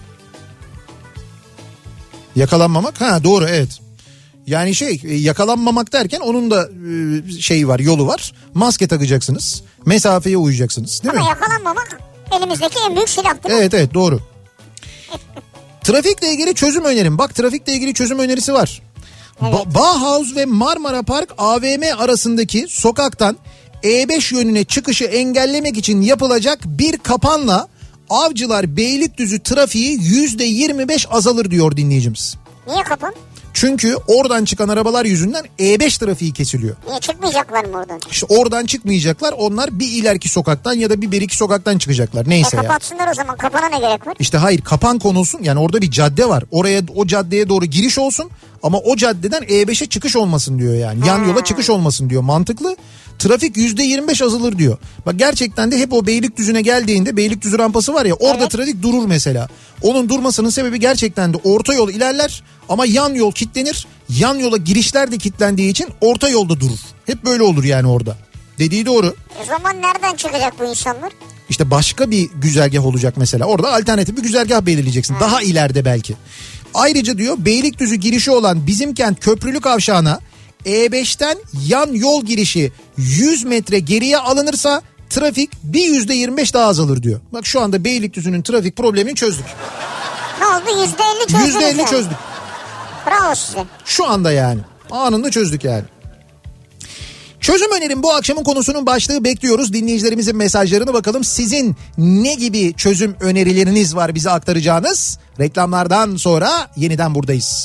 Yakalanmamak. Ha doğru evet. Yani şey yakalanmamak derken onun da şeyi var, yolu var. Maske takacaksınız. Mesafeye uyacaksınız değil Ama mi? yakalanmamak elimizdeki en büyük silah değil mi? Evet evet doğru. Trafikle ilgili çözüm önerim. Bak trafikle ilgili çözüm önerisi var. Evet. Ba- Bauhaus ve Marmara Park A V M arasındaki sokaktan E beş yönüne çıkışı engellemek için yapılacak bir kapanla Avcılar Beylikdüzü trafiği yüzde yirmi beş azalır diyor dinleyicimiz. Niye kapan? Çünkü oradan çıkan arabalar yüzünden E beş trafiği kesiliyor. Niye çıkmayacaklar mı oradan? İşte oradan çıkmayacaklar, onlar bir ileriki sokaktan ya da bir beriki sokaktan çıkacaklar E neyse ya. kapatsınlar o zaman, kapana ne gerek var? İşte hayır, kapan konulsun yani, orada bir cadde var. Oraya, o caddeye doğru giriş olsun ama o caddeden E beşe çıkış olmasın diyor yani. Yan Ha. yola çıkış olmasın diyor, mantıklı. Trafik yüzde yirmi beş azalır diyor. Bak gerçekten de hep o Beylikdüzü'ne geldiğinde Beylikdüzü rampası var ya, orada Evet. trafik durur mesela. Onun durmasının sebebi gerçekten de orta yol ilerler ama yan yol kilitlenir. Yan yola girişler de kilitlendiği için orta yolda durur. Hep böyle olur yani orada. Dediği doğru. O zaman nereden çıkacak bu insanlar? İşte başka bir güzergah olacak mesela. Orada alternatif bir güzergah belirleyeceksin. Ha. Daha ileride belki. Ayrıca diyor Beylikdüzü girişi olan Bizimkent Köprülü Kavşağı'na E beşten yan yol girişi yüz metre geriye alınırsa trafik bir yüzde yirmi beş daha azalır diyor. Bak şu anda Beylikdüzü'nün trafik problemini çözdük. Ne oldu? yüzde elli çözdük. yüzde elli çözdük. Bravo size. Şu anda yani. Anında çözdük yani. Çözüm önerim bu akşamın konusunun başlığı, bekliyoruz. Dinleyicilerimizin mesajlarını, bakalım sizin ne gibi çözüm önerileriniz var bize aktaracağınız. Reklamlardan sonra yeniden buradayız.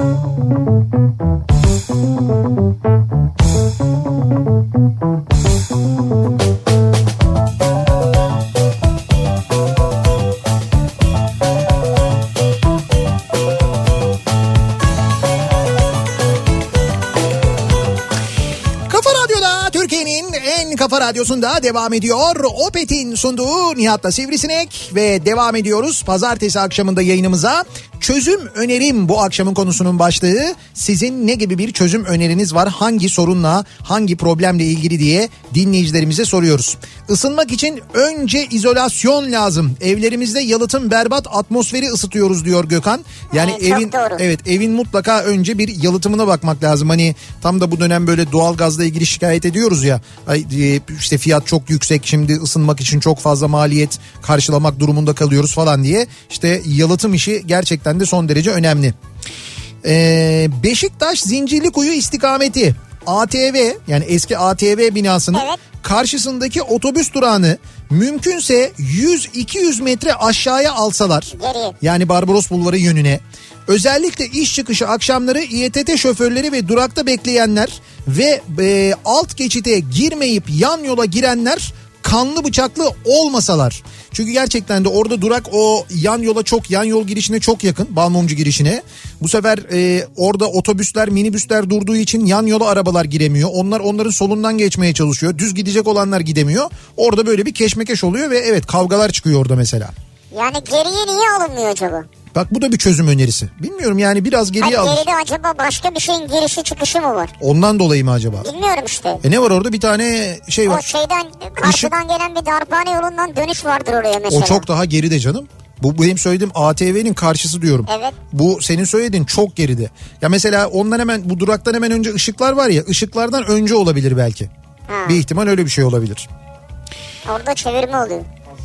Kafa Radyosu'nda devam ediyor. Opet'in sunduğu Nihat'la Sivrisinek ve devam ediyoruz. Pazartesi akşamında yayınımıza çözüm önerim bu akşamın konusunun başlığı. Sizin ne gibi bir çözüm öneriniz var? Hangi sorunla, hangi problemle ilgili diye dinleyicilerimize soruyoruz. Isınmak için önce izolasyon lazım. Evlerimizde yalıtım berbat, atmosferi ısıtıyoruz diyor Gökhan. Yani evet, evin evet evin mutlaka önce bir yalıtımına bakmak lazım. Hani tam da bu dönem böyle doğalgazla ilgili şikayet ediyoruz ya. İşte fiyat çok yüksek, şimdi ısınmak için çok fazla maliyet karşılamak durumunda kalıyoruz falan diye. İşte yalıtım işi gerçekten de son derece önemli. Ee, Beşiktaş Zincirlikuyu istikameti A T V, yani eski A T V binasının evet. karşısındaki otobüs durağını mümkünse yüz iki yüz metre aşağıya alsalar, geri. Yani Barbaros Bulvarı yönüne, özellikle iş çıkışı akşamları İ E T T şoförleri ve durakta bekleyenler ve e, alt geçite girmeyip yan yola girenler kanlı bıçaklı olmasalar. Çünkü gerçekten de orada durak o yan yola çok, yan yol girişine çok yakın, Balmumcu girişine. Bu sefer e, orada otobüsler, minibüsler durduğu için yan yola arabalar giremiyor. Onlar onların solundan geçmeye çalışıyor. Düz gidecek olanlar gidemiyor. Orada böyle bir keşmekeş oluyor ve evet, kavgalar çıkıyor orada mesela. Yani geriye niye alınmıyor acaba? Bak bu da bir çözüm önerisi. Bilmiyorum yani, biraz geriye alır. Geride acaba başka bir şeyin girişi çıkışı mı var? Ondan dolayı mı acaba? Bilmiyorum işte. E ne var orada, bir tane şey var. O şeyden, karşıdan Işık... gelen bir darphane yolundan dönüş vardır oraya mesela. O çok daha geride canım. Bu benim söylediğim A T V'nin karşısı diyorum. Evet. Bu senin söylediğin çok geride. Ya mesela ondan hemen, bu duraktan hemen önce ışıklar var ya, ışıklardan önce olabilir belki. Ha. Bir ihtimal öyle bir şey olabilir. Orada çevirme oluyor.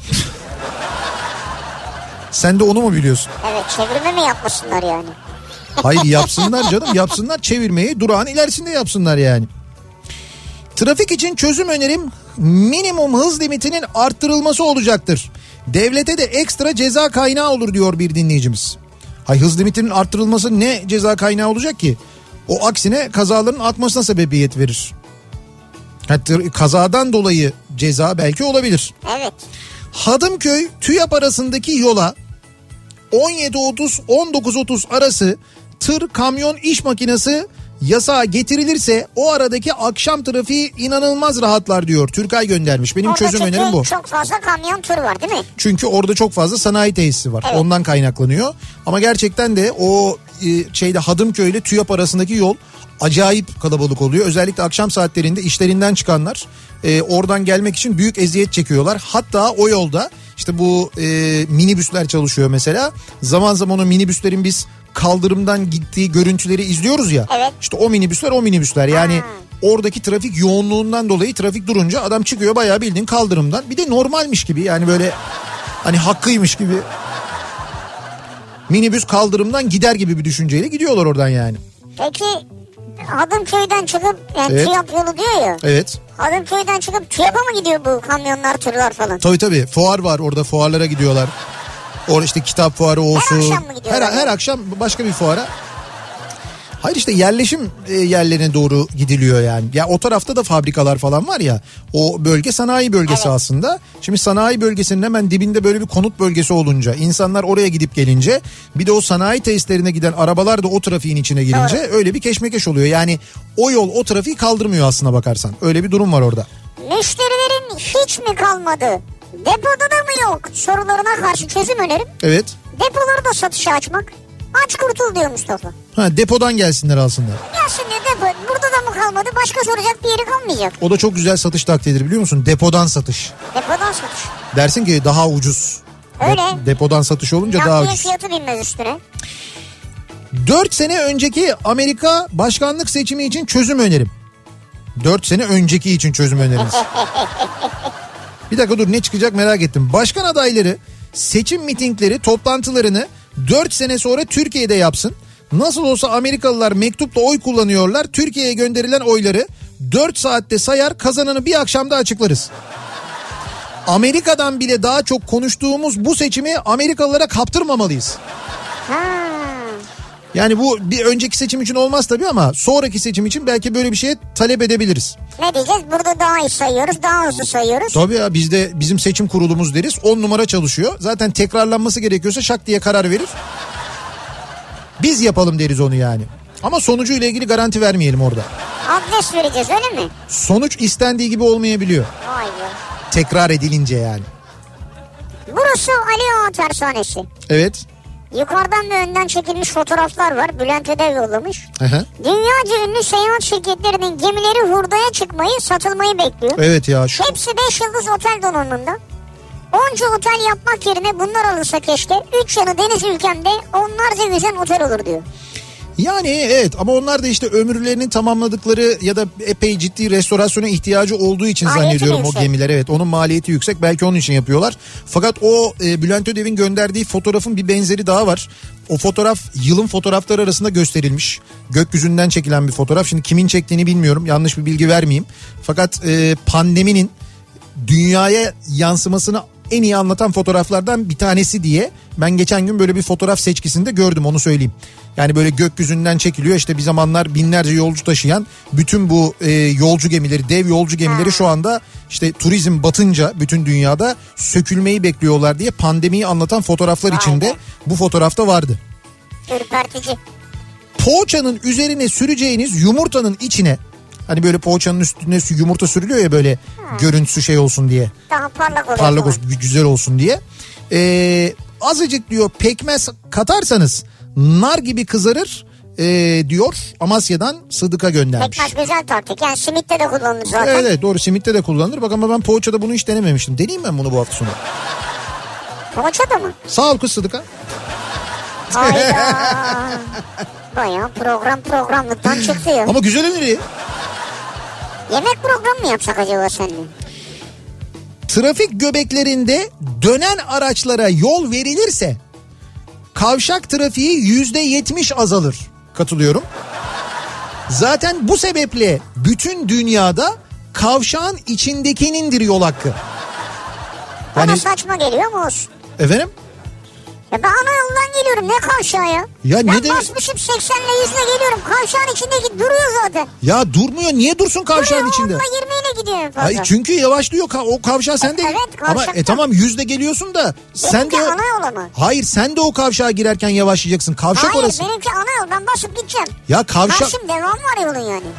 Sen de onu mu biliyorsun? Evet, çevirme mi yapmasınlar yani? Hayır, yapsınlar canım, yapsınlar, çevirmeyi durağın ilerisinde yapsınlar yani. Trafik için çözüm önerim minimum hız limitinin arttırılması olacaktır. Devlete de ekstra ceza kaynağı olur diyor bir dinleyicimiz. Hay, hız limitinin arttırılması ne ceza kaynağı olacak ki? O aksine kazaların artmasına sebebiyet verir. Hatta kazadan dolayı ceza belki olabilir. Evet. Hadımköy TÜYAP arasındaki yola on yedi otuz on dokuz otuz arası tır, kamyon, iş makinesi yasağa getirilirse o aradaki akşam trafiği inanılmaz rahatlar diyor. Türkay göndermiş. Benim orada çözüm önerim bu. Çok fazla kamyon tır var değil mi? Çünkü orada çok fazla sanayi tesisi var. Evet. Ondan kaynaklanıyor. Ama gerçekten de o şeyde Hadımköy ile TÜYAP arasındaki yol acayip kalabalık oluyor. Özellikle akşam saatlerinde işlerinden çıkanlar e, oradan gelmek için büyük eziyet çekiyorlar. Hatta o yolda işte bu e, minibüsler çalışıyor mesela. Zaman zaman o minibüslerin biz kaldırımdan gittiği görüntüleri izliyoruz ya. Evet. İşte o minibüsler o minibüsler yani ha. Oradaki trafik yoğunluğundan dolayı trafik durunca adam çıkıyor bayağı bildiğin kaldırımdan. Bir de normalmiş gibi yani, böyle hani hakkıymış gibi. Minibüs kaldırımdan gider gibi bir düşünceyle gidiyorlar oradan yani. Peki Hadımköy'den çıkıp yani evet. TÜYAP yolu diyor ya. Evet. Hadımköy'den çıkıp TÜYAP'a mı gidiyor bu kamyonlar, tırlar falan? Tabii tabii, fuar var orada, fuarlara gidiyorlar. Orada işte kitap fuarı olsun. Her akşam mı gidiyorlar? Her, her akşam başka bir fuara. Hayır, işte yerleşim yerlerine doğru gidiliyor yani. Ya o tarafta da fabrikalar falan var ya. O bölge sanayi bölgesi evet. aslında. Şimdi sanayi bölgesinin hemen dibinde böyle bir konut bölgesi olunca, insanlar oraya gidip gelince, bir de o sanayi tesislerine giden arabalar da o trafiğin içine girince evet. öyle bir keşmekeş oluyor. Yani o yol o trafiği kaldırmıyor aslına bakarsan. Öyle bir durum var orada. Müşterilerin hiç mi kalmadı, depoda da mı yok sorularına karşı çözüm önerim. Evet. Depoları da satışa açmak. Aç kurtul diyor Mustafa. Ha, depodan gelsinler alsınlar. Gelsin diyor depo. Burada da mı kalmadı? Başka soracak bir yeri kalmayacak. O da çok güzel satış taktiğidir biliyor musun? Depodan satış. Depodan satış. Dersin ki daha ucuz. Öyle. De- depodan satış olunca Nakliye daha ucuz. Fiyatı binmez üstüne. dört sene önceki Amerika başkanlık seçimi için çözüm önerim. dört sene önceki için çözüm öneriniz. Bir dakika dur, ne çıkacak merak ettim. Başkan adayları seçim mitingleri, toplantılarını dört sene sonra Türkiye'de yapsın. Nasıl olsa Amerikalılar mektupla oy kullanıyorlar. Türkiye'ye gönderilen oyları dört saatte sayar, kazananı bir akşamda açıklarız. Amerika'dan bile daha çok konuştuğumuz bu seçimi Amerikalılara kaptırmamalıyız. Ha. Yani bu bir önceki seçim için olmaz tabii ama sonraki seçim için belki böyle bir şeye talep edebiliriz. Ne diyeceğiz? Burada daha iyi sayıyoruz, daha hızlı sayıyoruz. Tabii ya, bizde bizim seçim kurulumuz deriz. on numara çalışıyor. Zaten tekrarlanması gerekiyorsa şak diye karar verir. Biz yapalım deriz onu yani. Ama sonucuyla ilgili garanti vermeyelim orada. Adres vereceğiz öyle mi? Sonuç istendiği gibi olmayabiliyor. Vay be. Tekrar edilince yani. Burası Ali Ağa Tersanesi. Evet. Yukarıdan ve önden çekilmiş fotoğraflar var. Bülent Ödev yollamış. Aha. Dünyaca ünlü seyahat şirketlerinin gemileri hurdaya çıkmayı, satılmayı bekliyor. Evet ya. Şu... Hepsi beş yıldız otel donanımında. Onca otel yapmak yerine bunlar alınsa keşke. Üç yanı deniz ülkemde onlarca güzel otel olur diyor. Yani evet, ama onlar da işte ömürlerini tamamladıkları ya da epey ciddi restorasyona ihtiyacı olduğu için Maliyeti zannediyorum o yüksek. gemiler. Evet, onun maliyeti yüksek, belki onun için yapıyorlar. Fakat o e, Bülent Ödev'in gönderdiği fotoğrafın bir benzeri daha var. O fotoğraf yılın fotoğrafları arasında gösterilmiş. Gökyüzünden çekilen bir fotoğraf. Şimdi kimin çektiğini bilmiyorum, yanlış bir bilgi vermeyeyim. Fakat e, pandeminin dünyaya yansımasını en iyi anlatan fotoğraflardan bir tanesi diye ben geçen gün böyle bir fotoğraf seçkisinde gördüm, onu söyleyeyim. Yani böyle gökyüzünden çekiliyor, işte bir zamanlar binlerce yolcu taşıyan bütün bu e, yolcu gemileri, dev yolcu gemileri şu anda işte turizm batınca bütün dünyada sökülmeyi bekliyorlar diye pandemiyi anlatan fotoğraflar Vay içinde be. bu fotoğrafta vardı. Ürpertici. Poğaçanın üzerine süreceğiniz yumurtanın içine, hani böyle poğaçanın üstüne yumurta sürülüyor ya böyle hmm. görüntüsü şey olsun diye. Daha parlak oluyor. Parlak olsun, güzel olsun diye. Ee, azıcık diyor pekmez katarsanız nar gibi kızarır ee, diyor. Amasya'dan Sıdık'a göndermiş. Pekmez güzel taktik. Yani simitte de kullanılır zaten. Evet, evet doğru, simitte de kullanılır. Bak ama ben poğaçada bunu hiç denememiştim. Deneyeyim ben bunu bu hafta sonu. Poğaçada mı? Sağ ol kız Sıdık'a. Hayda. Bayağı program programlıktan çıktı ya. Ama güzel öneri. Yemek programı mı yapsak acaba seninle? Trafik göbeklerinde dönen araçlara yol verilirse kavşak trafiği yüzde yetmiş azalır. Katılıyorum. Zaten bu sebeple bütün dünyada kavşağın içindekinindir yol hakkı. Bana Yani... saçma geliyor ama olsun. Efendim? Ya ben ana yoldan geliyorum, ne kavşağı ya? Ya ben ne de... basmışım seksenle yüzle geliyorum. Kavşağın içindeki duruyor zaten. Ya durmuyor, niye dursun kavşağın duruyor, içinde? Duruyor, yirmi ile gidiyor en fazla. Hayır, çünkü yavaşlıyor o kavşağı, sen de. Evet, ama e tamam yüzde geliyorsun da sen benimki de. ana yola mı? Hayır, sen de o kavşağa girerken yavaşlayacaksın. Kavşak Hayır, orası. Hayır benimki ana yol, ben basıp gideceğim. Ya kavşak. Karşım devam var yolun yani.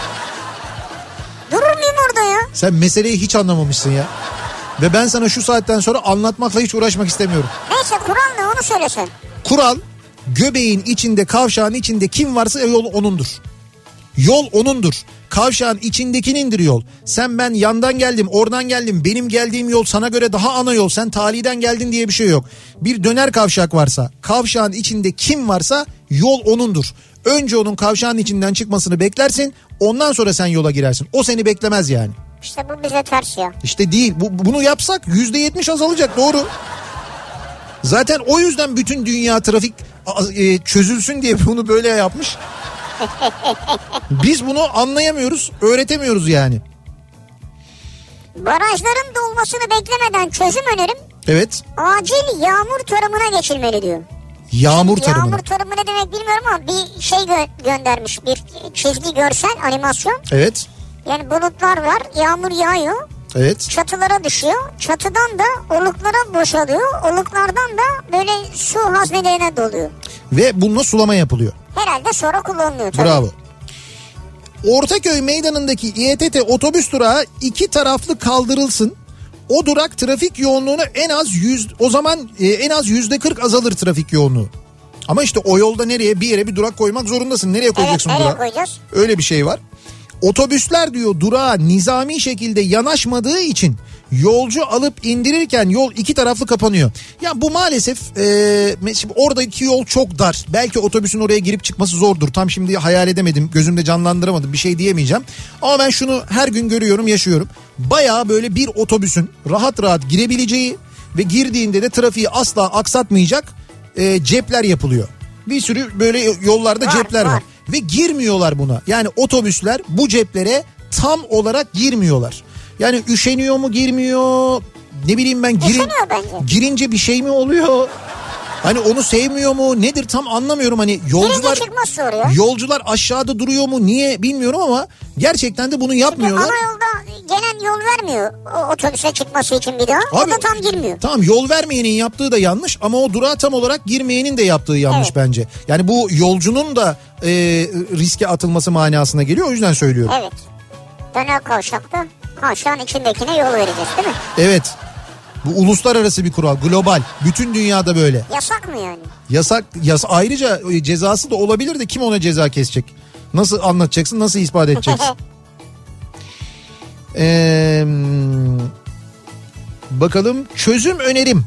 Durur muyum orada ya? Sen meseleyi hiç anlamamışsın ya. Ve ben sana şu saatten sonra anlatmakla hiç uğraşmak istemiyorum. Neyse, kural ne onu söylesen. Kural, göbeğin içinde, kavşağın içinde kim varsa yol onundur. Yol onundur. Kavşağın içindekinindir yol. Sen ben yandan geldim, oradan geldim. Benim geldiğim yol sana göre daha ana yol. Sen taliden geldin diye bir şey yok. Bir döner kavşak varsa, kavşağın içinde kim varsa yol onundur. Önce onun kavşağın içinden çıkmasını beklersin. Ondan sonra sen yola girersin. O seni beklemez yani. İşte bu bize ters ya. İşte değil. Bu, bunu yapsak yüzde yetmiş azalacak, doğru. Zaten o yüzden bütün dünya trafik e, çözülsün diye bunu böyle yapmış. Biz bunu anlayamıyoruz, öğretemiyoruz yani. Barajların dolmasını beklemeden çözüm önerim. Evet. Acil yağmur tarımına geçilmeli diyor. Yağmur tarımına. Yağmur tarımı ne demek bilmiyorum ama bir şey gö- göndermiş. Bir çizgi, görsel, animasyon. Evet. Yani bulutlar var, yağmur yağıyor. Evet. Çatılara düşüyor. Çatıdan da oluklara boşalıyor. Oluklardan da böyle su haznelerine doluyor. Ve bununla sulama yapılıyor. Herhalde sonra kullanılıyor tabii. Bravo. Ortaköy meydanındaki İ E T T otobüs durağı iki taraflı kaldırılsın. O durak trafik yoğunluğunu en az yüz, o zaman e, en az yüzde kırk azalır trafik yoğunluğu. Ama işte o yolda nereye, bir yere bir durak koymak zorundasın. Nereye koyacaksın evet, nereye durağı? koyacağız? Öyle bir şey var. Otobüsler diyor durağa nizami şekilde yanaşmadığı için Yolcu alıp indirirken yol iki taraflı kapanıyor. Ya bu maalesef e, şimdi oradaki yol çok dar. Belki otobüsün oraya girip çıkması zordur. Tam şimdi hayal edemedim, gözümde canlandıramadım, bir şey diyemeyeceğim. Ama ben şunu her gün görüyorum, yaşıyorum. Bayağı böyle bir otobüsün rahat rahat girebileceği ve girdiğinde de trafiği asla aksatmayacak e, cepler yapılıyor. Bir sürü böyle yollarda var, cepler var. var. Ve girmiyorlar buna. Yani otobüsler bu ceplere tam olarak girmiyorlar. Yani üşeniyor mu girmiyor, ne bileyim ben, girin, Üşeniyor bence. girince bir şey mi oluyor? Hani onu sevmiyor mu nedir tam anlamıyorum. Hani yolcular yolcular aşağıda duruyor mu niye bilmiyorum ama gerçekten de bunu yapmıyorlar. Çünkü ana yolda gelen yol vermiyor o otobüse çıkması için bir daha. Abi, o da tam girmiyor. Tamam, yol vermeyenin yaptığı da yanlış ama o durağa tam olarak girmeyenin de yaptığı yanlış, evet. Bence. Yani bu yolcunun da e, riske atılması manasına geliyor, o yüzden söylüyorum. Evet. Döner kavşakta kavşağın içindekine yol vereceğiz değil mi? Evet. Bu uluslararası bir kural, global. Bütün dünyada böyle. Yasak mı yani? Yasak. Yas ayrıca cezası da olabilir de kim ona ceza kesecek? Nasıl anlatacaksın, nasıl ispat edeceksin? ee, bakalım, çözüm önerim.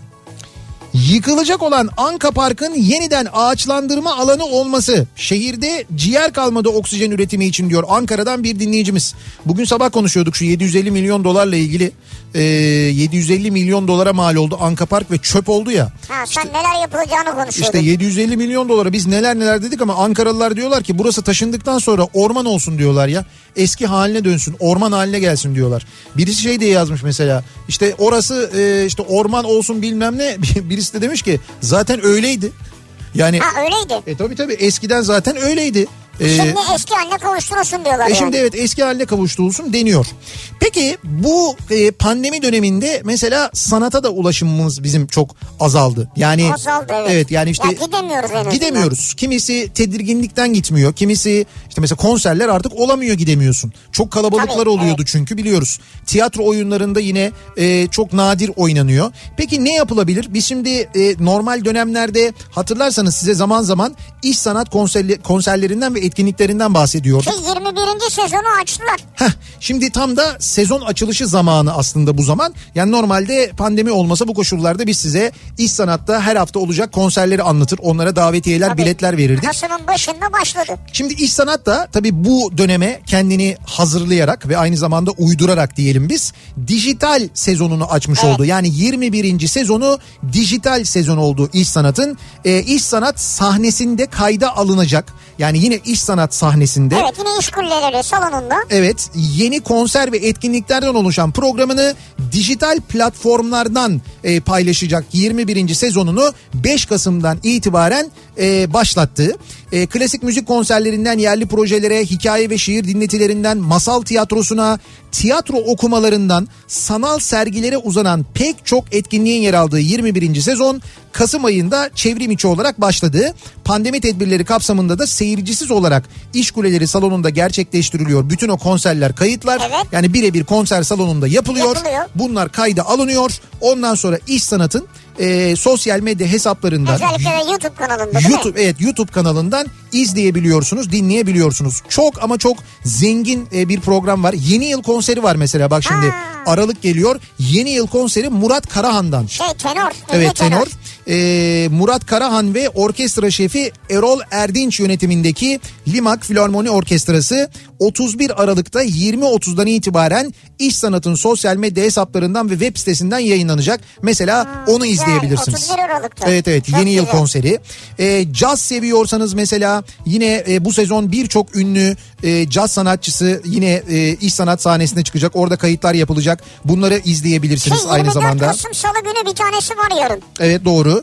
Yıkılacak olan Anka Park'ın yeniden ağaçlandırma alanı olması. Şehirde ciğer kalmadı oksijen üretimi için diyor Ankara'dan bir dinleyicimiz. Bugün sabah konuşuyorduk şu yedi yüz elli milyon dolarla ilgili. Ee, yedi yüz elli milyon dolara mal oldu Anka Park ve çöp oldu ya. Ha, sen işte, neler yapılacağını konuşuyordun. İşte yedi yüz elli milyon dolara biz neler neler dedik ama Ankaralılar diyorlar ki burası taşındıktan sonra orman olsun diyorlar ya. Eski haline dönsün, orman haline gelsin diyorlar. Birisi şey diye yazmış mesela, işte orası e, işte orman olsun bilmem ne. Birisi de demiş ki zaten öyleydi. Yani, ha öyleydi. E tabii tabii eskiden zaten öyleydi. Şimdi ee, eski haline kavuşturulsun diyorlar. E yani. Şimdi evet, eski haline kavuşturulsun deniyor. Peki bu e, pandemi döneminde mesela sanata da ulaşımımız bizim çok azaldı. Yani azaldı evet. Evet yani işte ya gidemiyoruz en azından. Gidemiyoruz. Kimisi tedirginlikten gitmiyor. Kimisi işte mesela konserler artık olamıyor, gidemiyorsun. Çok kalabalıklar tabii, oluyordu evet. Çünkü biliyoruz. Tiyatro oyunlarında yine e, çok nadir oynanıyor. Peki ne yapılabilir? Biz şimdi e, normal dönemlerde hatırlarsanız size zaman zaman iş sanat konserli, konserlerinden ve etkinliklerinden bahsediyorduk. Ki yirmi birinci sezonu açtılar. Heh, şimdi tam da sezon açılışı zamanı aslında bu zaman. Yani normalde pandemi olmasa bu koşullarda biz size iş sanatta her hafta olacak konserleri anlatır. Onlara davetiyeler, tabii, biletler verirdik. Kasım'ın başında başladı. Şimdi iş sanat da tabii bu döneme kendini hazırlayarak ve aynı zamanda uydurarak diyelim biz dijital sezonunu açmış evet. oldu. Yani yirmi birinci sezonu dijital sezon oldu iş sanatın. E, iş sanat sahnesinde kayda alınacak. Yani yine iş sanat sahnesinde. Evet, yine iş kuleleri salonunda. Evet, yeni konser ve etkinliklerden oluşan programını dijital platformlardan e, paylaşacak yirmi birinci sezonunu beş Kasım'dan itibaren e, başlattı. E, klasik müzik konserlerinden yerli projelere, hikaye ve şiir dinletilerinden masal tiyatrosuna, tiyatro okumalarından sanal sergilere uzanan pek çok etkinliğin yer aldığı yirmi birinci sezon Kasım ayında çevrim içi olarak başladı. Pandemi tedbirleri kapsamında da seyircisiz olarak İş Kuleleri salonunda gerçekleştiriliyor. Bütün o konserler kayıtlar. Evet. Yani birebir konser salonunda yapılıyor. yapılıyor. Bunlar kayda alınıyor. Ondan sonra iş sanatın e, sosyal medya hesaplarından, özellikle de YouTube kanalında YouTube, evet YouTube kanalından izleyebiliyorsunuz, dinleyebiliyorsunuz. Çok ama çok zengin e, bir program var. Yeni yıl konseri var mesela, bak şimdi ha. Aralık geliyor. Yeni yıl konseri Murat Karahan'dan. Şey tenor. Evet tenor. tenor. Ee, Murat Karahan ve orkestra şefi Erol Erdinç yönetimindeki Limak Filarmoni Orkestrası otuz bir Aralık'ta yirmi otuzdan itibaren İş Sanat'ın sosyal medya hesaplarından ve web sitesinden yayınlanacak. Mesela hmm, onu güzel. izleyebilirsiniz. otuz bir Aralık'ta. Evet evet, çok yeni yıl güzel. konseri. Ee, caz seviyorsanız mesela yine e, bu sezon birçok ünlü e, caz sanatçısı yine e, İş Sanat sahnesine çıkacak. Orada kayıtlar yapılacak. Bunları izleyebilirsiniz şey, aynı zamanda. yirmi dört Kasım Salı günü bir tanesi var yarın. Evet doğru.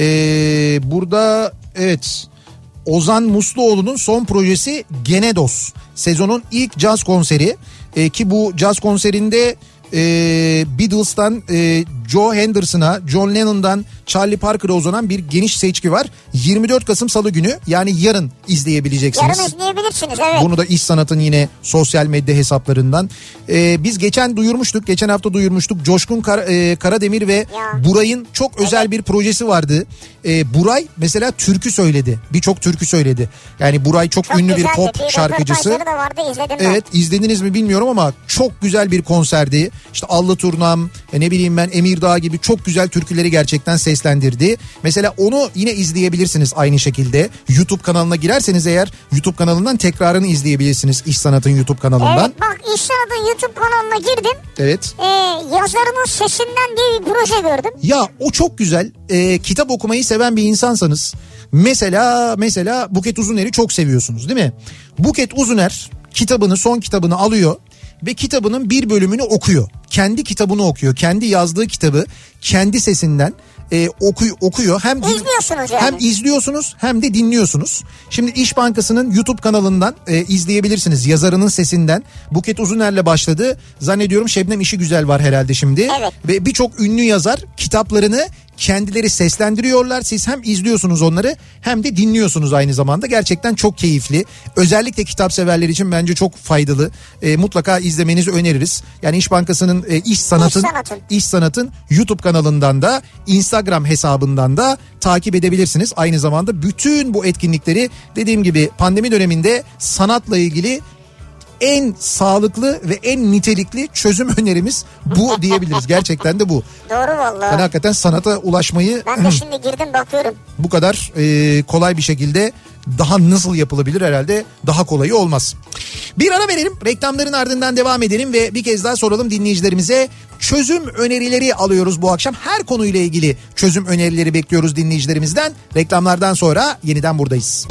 Ee, burada evet Ozan Musluoğlu'nun son projesi Genedos. Sezonun ilk caz konseri ee, ki bu caz konserinde e, Beatles'tan e, Joe Henderson'a, John Lennon'dan Charlie Parker'a uzanan bir geniş seçki var. yirmi dört Kasım Salı günü, yani yarın izleyebileceksiniz. Yarın izleyebilirsiniz, evet. Bunu da İş Sanat'ın yine sosyal medya hesaplarından. Ee, biz geçen duyurmuştuk, geçen hafta duyurmuştuk. Coşkun Kar, e, Karademir ve ya. Buray'ın çok özel evet. bir projesi vardı. Ee, Buray mesela türkü söyledi. Birçok türkü söyledi. Yani Buray çok, çok ünlü bir pop bir şarkıcısı. Da vardı, izledim evet ben. izlediniz mi bilmiyorum ama çok güzel bir konserdi. İşte Allı Turnam, e, ne bileyim ben Emirdağ gibi çok güzel türküleri gerçekten seslendirdi. Mesela onu yine izleyebilirsiniz aynı şekilde. YouTube kanalına girerseniz eğer YouTube kanalından tekrarını izleyebilirsiniz İş Sanat'ın YouTube kanalından. Evet, bak İş Sanat'ın YouTube kanalına girdim. Evet. Ee, yazarının sesinden diye bir proje gördüm. Ya o çok güzel. Ee, kitap okumayı seven bir insansanız mesela mesela Buket Uzuner'i çok seviyorsunuz değil mi? Buket Uzuner kitabını, son kitabını alıyor ve kitabının bir bölümünü okuyor. Kendi kitabını okuyor. Kendi yazdığı kitabı kendi sesinden e, okuyor, okuyor. Hem İzliyorsunuz yani. Hem izliyorsunuz hem de dinliyorsunuz. Şimdi İş Bankası'nın YouTube kanalından e, izleyebilirsiniz. Yazarının sesinden. Buket Uzuner'le başladı. Zannediyorum Şebnem İşigüzel var herhalde şimdi. Evet. Ve birçok ünlü yazar kitaplarını kendileri seslendiriyorlar. Siz hem izliyorsunuz onları hem de dinliyorsunuz aynı zamanda. Gerçekten çok keyifli. Özellikle kitap severler için bence çok faydalı. E, mutlaka izlemenizi öneririz. Yani İş Bankası'nın e, İş Sanat'ın, İş Sanat'ın İş Sanat'ın YouTube kanalından da Instagram hesabından da takip edebilirsiniz. Aynı zamanda bütün bu etkinlikleri, dediğim gibi pandemi döneminde sanatla ilgili en sağlıklı ve en nitelikli çözüm önerimiz bu diyebiliriz. Gerçekten de bu. Doğru vallahi. Yani hakikaten sanata ulaşmayı... Ben de şimdi girdim bakıyorum. Bu kadar e, kolay bir şekilde daha nasıl yapılabilir, herhalde daha kolayı olmaz. Bir ara verelim, reklamların ardından devam edelim ve bir kez daha soralım dinleyicilerimize. Çözüm önerileri alıyoruz bu akşam. Her konuyla ilgili çözüm önerileri bekliyoruz dinleyicilerimizden. Reklamlardan sonra yeniden buradayız.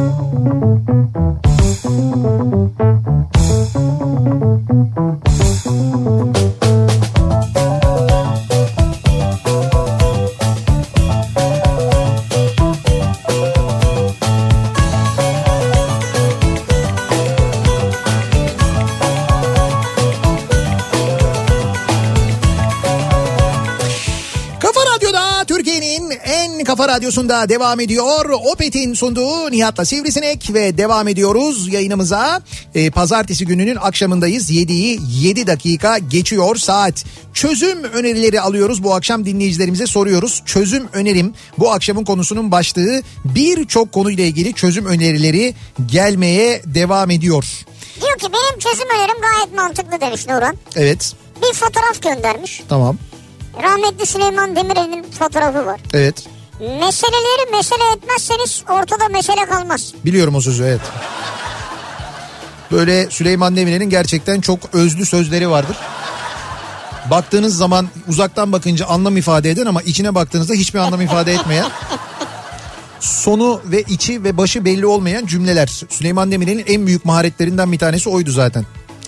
Kafa Radyosu'nda devam ediyor. Opet'in sunduğu Nihat'la Sivrisinek ve devam ediyoruz yayınımıza. Ee, Pazartesi gününün akşamındayız. yediyi yedi dakika geçiyor saat. Çözüm önerileri alıyoruz. Bu akşam dinleyicilerimize soruyoruz. Çözüm önerim bu akşamın konusunun başlığı. Birçok konuyla ilgili çözüm önerileri gelmeye devam ediyor. Diyor ki benim çözüm önerim gayet mantıklı demiş Nurhan. Evet. Bir fotoğraf göndermiş. Tamam. Rahmetli Süleyman Demirel'in fotoğrafı var. Evet. Meseleleri mesele etmezseniz ortada mesele kalmaz. Biliyorum o sözü, evet. Böyle Süleyman Demirel'in gerçekten çok özlü sözleri vardır. Baktığınız zaman uzaktan bakınca anlam ifade eden ama içine baktığınızda hiçbir anlam ifade etmeyen, sonu ve içi ve başı belli olmayan cümleler. Süleyman Demirel'in en büyük maharetlerinden bir tanesi oydu zaten.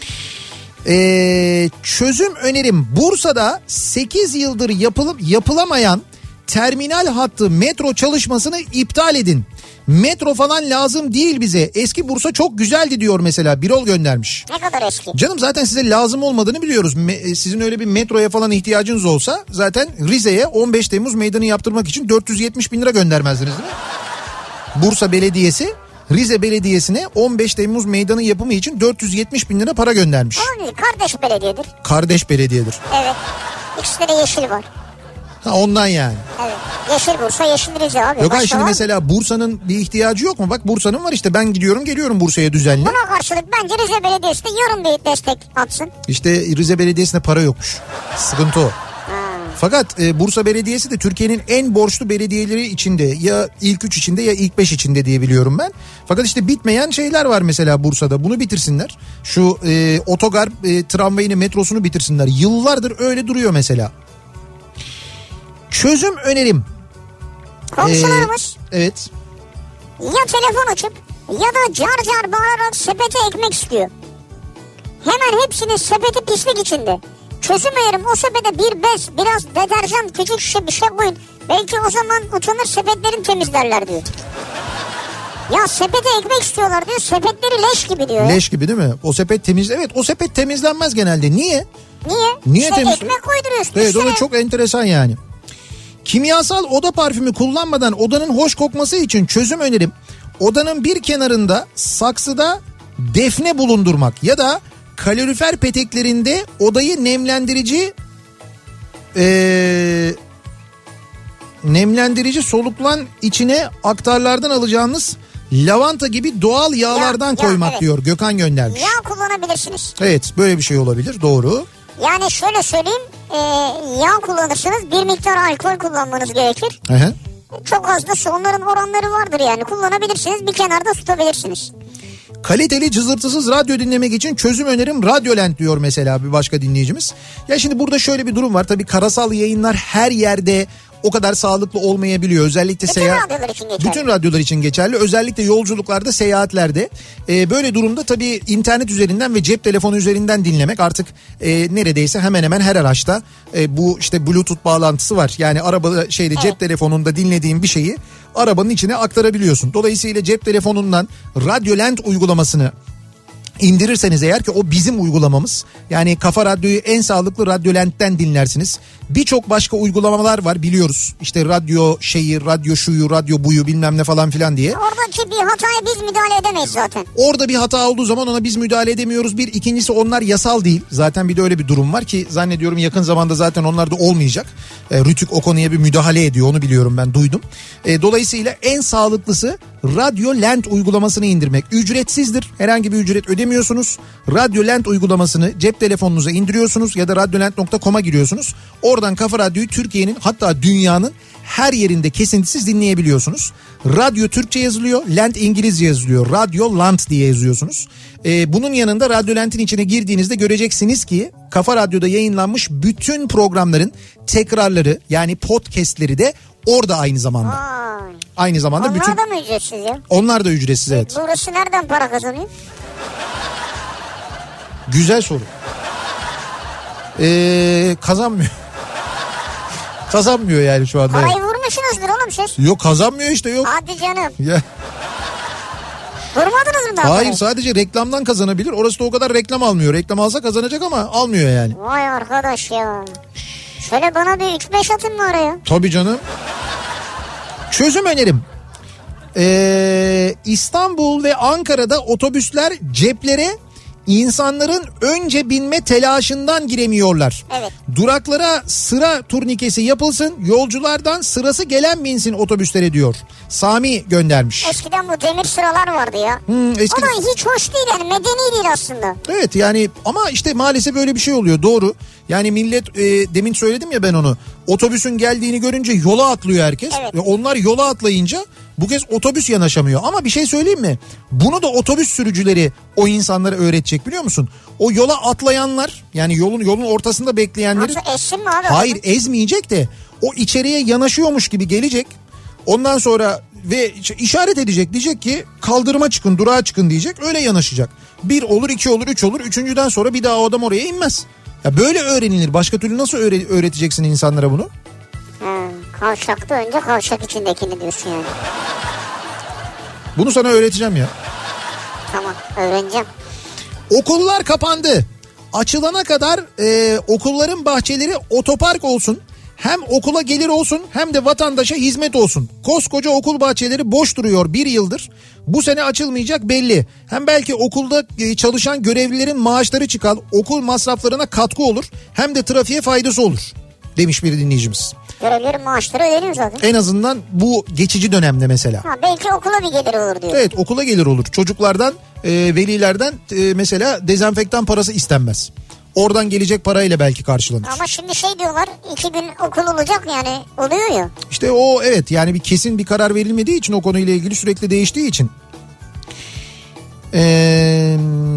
Ee, çözüm önerim, Bursa'da sekiz yıldır yapılıp yapılamayan terminal hattı metro çalışmasını iptal edin. Metro falan lazım değil bize. Eski Bursa çok güzeldi diyor mesela. Birol göndermiş. Ne kadar eski? Canım zaten size lazım olmadığını biliyoruz. Me- sizin öyle bir metroya falan ihtiyacınız olsa zaten Rize'ye on beş Temmuz meydanı yaptırmak için dört yüz yetmiş bin lira göndermezdiniz değil mi? Bursa Belediyesi Rize Belediyesi'ne on beş Temmuz meydanı yapımı için dört yüz yetmiş bin lira para göndermiş. Olabilir, kardeş belediyedir. Kardeş belediyedir. Evet. İkisinde de yeşil var. Ha, ondan yani. Evet. Yeşil Bursa, yeşil Rize abi. Yok hayır, şimdi mesela Bursa'nın bir ihtiyacı yok mu? Bak Bursa'nın var işte, ben gidiyorum geliyorum Bursa'ya düzenli. Buna karşılık bence Rize Belediyesi de yarın bir destek atsın. İşte Rize Belediyesi'ne para yokmuş. Sıkıntı o. Fakat e, Bursa Belediyesi de Türkiye'nin en borçlu belediyeleri içinde, ya ilk üç içinde ya ilk beş içinde diye biliyorum ben. Fakat işte bitmeyen şeyler var mesela Bursa'da, bunu bitirsinler. Şu e, otogar e, tramvayını, metrosunu bitirsinler. Yıllardır öyle duruyor mesela. Çözüm önerim. Komşularımız ee, evet. ya telefon açıp ya da car car bağırarak sepete ekmek istiyor. Hemen hepsinin sepeti pislik içinde. Çözüm önerim, o sepete bir bez, biraz deterjan, küçük şişe bir şey koyun. Belki o zaman utanır, sepetlerini temizlerler diyor. Ya sepete ekmek istiyorlar diyor, sepetleri leş gibi diyor. Leş gibi değil mi? O sepet temiz, evet o sepet temizlenmez genelde. Niye? Niye? Niye işte temiz? ekmek koyduruyorsun. Evet, üstüne. o da çok enteresan yani. Kimyasal oda parfümü kullanmadan odanın hoş kokması için çözüm önerim. Odanın bir kenarında saksıda defne bulundurmak ya da kalorifer peteklerinde odayı nemlendirici ee, nemlendirici soluklan içine aktarlardan alacağınız lavanta gibi doğal yağlardan Ya, ya, koymak evet. diyor. Gökhan göndermiş. Yağ kullanabilirsiniz. Evet, böyle bir şey olabilir, doğru. Yani şöyle söyleyeyim, e, yağ kullanırsanız bir miktar alkol kullanmanız gerekir. Hı hı. Çok az da su, onların oranları vardır yani, kullanabilirsiniz, bir kenarda tutabilirsiniz. Kaliteli cızırtısız radyo dinlemek için çözüm önerim Radyolent diyor mesela bir başka dinleyicimiz. Ya şimdi burada şöyle bir durum var, tabii karasal yayınlar her yerde o kadar sağlıklı olmayabiliyor. Özellikle Bütün seyahat... radyolar için geçerli. Bütün radyolar için geçerli. Özellikle yolculuklarda, seyahatlerde. Ee, böyle durumda tabii internet üzerinden ve cep telefonu üzerinden dinlemek artık e, neredeyse hemen hemen her araçta e, bu işte Bluetooth bağlantısı var. Yani arabada şeyde Evet. cep telefonunda dinlediğin bir şeyi arabanın içine aktarabiliyorsun. Dolayısıyla cep telefonundan Radyolent uygulamasını indirirseniz eğer, ki o bizim uygulamamız, yani Kafa Radyo'yu en sağlıklı Radyolent'ten dinlersiniz. Birçok başka uygulamalar var biliyoruz. İşte radyo şeyi, radyo şuyu, radyo buyu bilmem ne falan filan diye. Oradaki bir hataya biz müdahale edemeyiz zaten. Orada bir hata olduğu zaman ona biz müdahale edemiyoruz. Bir, ikincisi onlar yasal değil. Zaten bir de öyle bir durum var ki zannediyorum yakın zamanda zaten onlar da olmayacak. E, Rütük o konuya bir müdahale ediyor, onu biliyorum, ben duydum. E, dolayısıyla en sağlıklısı Radyolent uygulamasını indirmek. Ücretsizdir. Herhangi bir ücret ödemiyorsunuz. Radyolent uygulamasını cep telefonunuza indiriyorsunuz ya da radyolent nokta com'a giriyorsunuz. Oradan Kafa Radyo'yu Türkiye'nin, hatta dünyanın her yerinde kesintisiz dinleyebiliyorsunuz. Radyo Türkçe yazılıyor, Lent İngilizce yazılıyor. Radyoland diye yazıyorsunuz. Ee, bunun yanında Radyolent'in içine girdiğinizde göreceksiniz ki Kafa Radyo'da yayınlanmış bütün programların tekrarları, yani podcastleri de orada aynı zamanda. Vay. Aynı zamanda Onlar bütün... da mı ücretsiz ya? Onlar da ücretsiz, evet. Burası nereden para kazanıyor? Güzel soru. Ee, kazanmıyor. Kazanmıyor yani şu anda. Parayı vurmuşsunuzdur oğlum siz. Yok, kazanmıyor işte, yok. Hadi canım. Ya. Vurmadınız mı daha Hayır, parayı? sadece reklamdan kazanabilir. Orası da o kadar reklam almıyor. Reklam alsa kazanacak ama almıyor yani. Vay arkadaş ya. Şöyle bana bir üç beş atın mı araya? Tabii canım. Çözüm önerim. Ee, İstanbul ve Ankara'da otobüsler ceplere insanların önce binme telaşından giremiyorlar. Evet. Duraklara sıra turnikesi yapılsın, yolculardan sırası gelen binsin otobüslere diyor. Sami göndermiş. Eskiden bu demir sıralar vardı ya. Hmm, eski... O da hiç hoş değil yani, medeni değil aslında. Evet yani, ama işte maalesef böyle bir şey oluyor, doğru. Yani millet e, demin söyledim ya ben onu. Otobüsün geldiğini görünce yola atlıyor herkes. Evet. Ve onlar yola atlayınca bu kez otobüs yanaşamıyor. Ama bir şey söyleyeyim mi? Bunu da otobüs sürücüleri o insanlara öğretecek, biliyor musun? O yola atlayanlar, yani yolun yolun ortasında bekleyenleri... Nasıl, ezsin mi abi? Hayır, ezmeyecek de o içeriye yanaşıyormuş gibi gelecek. Ondan sonra ve işaret edecek, diyecek ki kaldırıma çıkın, durağa çıkın diyecek, öyle yanaşacak. Bir olur, iki olur, üç olur, üçüncüden sonra bir daha o adam oraya inmez. Ya böyle öğrenilir. Başka türlü nasıl öğre- öğreteceksin insanlara bunu? Ha, kavşakta önce kavşak içindekini diyorsun yani. Bunu sana öğreteceğim ya. Tamam, öğreneceğim. Okullar kapandı. Açılana kadar e, okulların bahçeleri otopark olsun. Hem okula gelir olsun hem de vatandaşa hizmet olsun. Koskoca okul bahçeleri boş duruyor bir yıldır. Bu sene açılmayacak belli. Hem belki okulda çalışan görevlilerin maaşları çıkar, okul masraflarına katkı olur. Hem de trafiğe faydası olur demiş bir dinleyicimiz. Görevlerin maaşları ödeniyor zaten. En azından bu geçici dönemde mesela. Ha, belki okula bir gelir olur diyor. Evet, okula gelir olur. Çocuklardan, e, velilerden e, mesela dezenfektan parası istenmez. Oradan gelecek parayla belki karşılanır. Ama şimdi şey diyorlar, iki gün okul olacak yani, oluyor ya. İşte o, evet, yani bir kesin bir karar verilmediği için, o konuyla ilgili sürekli değiştiği için. Ee,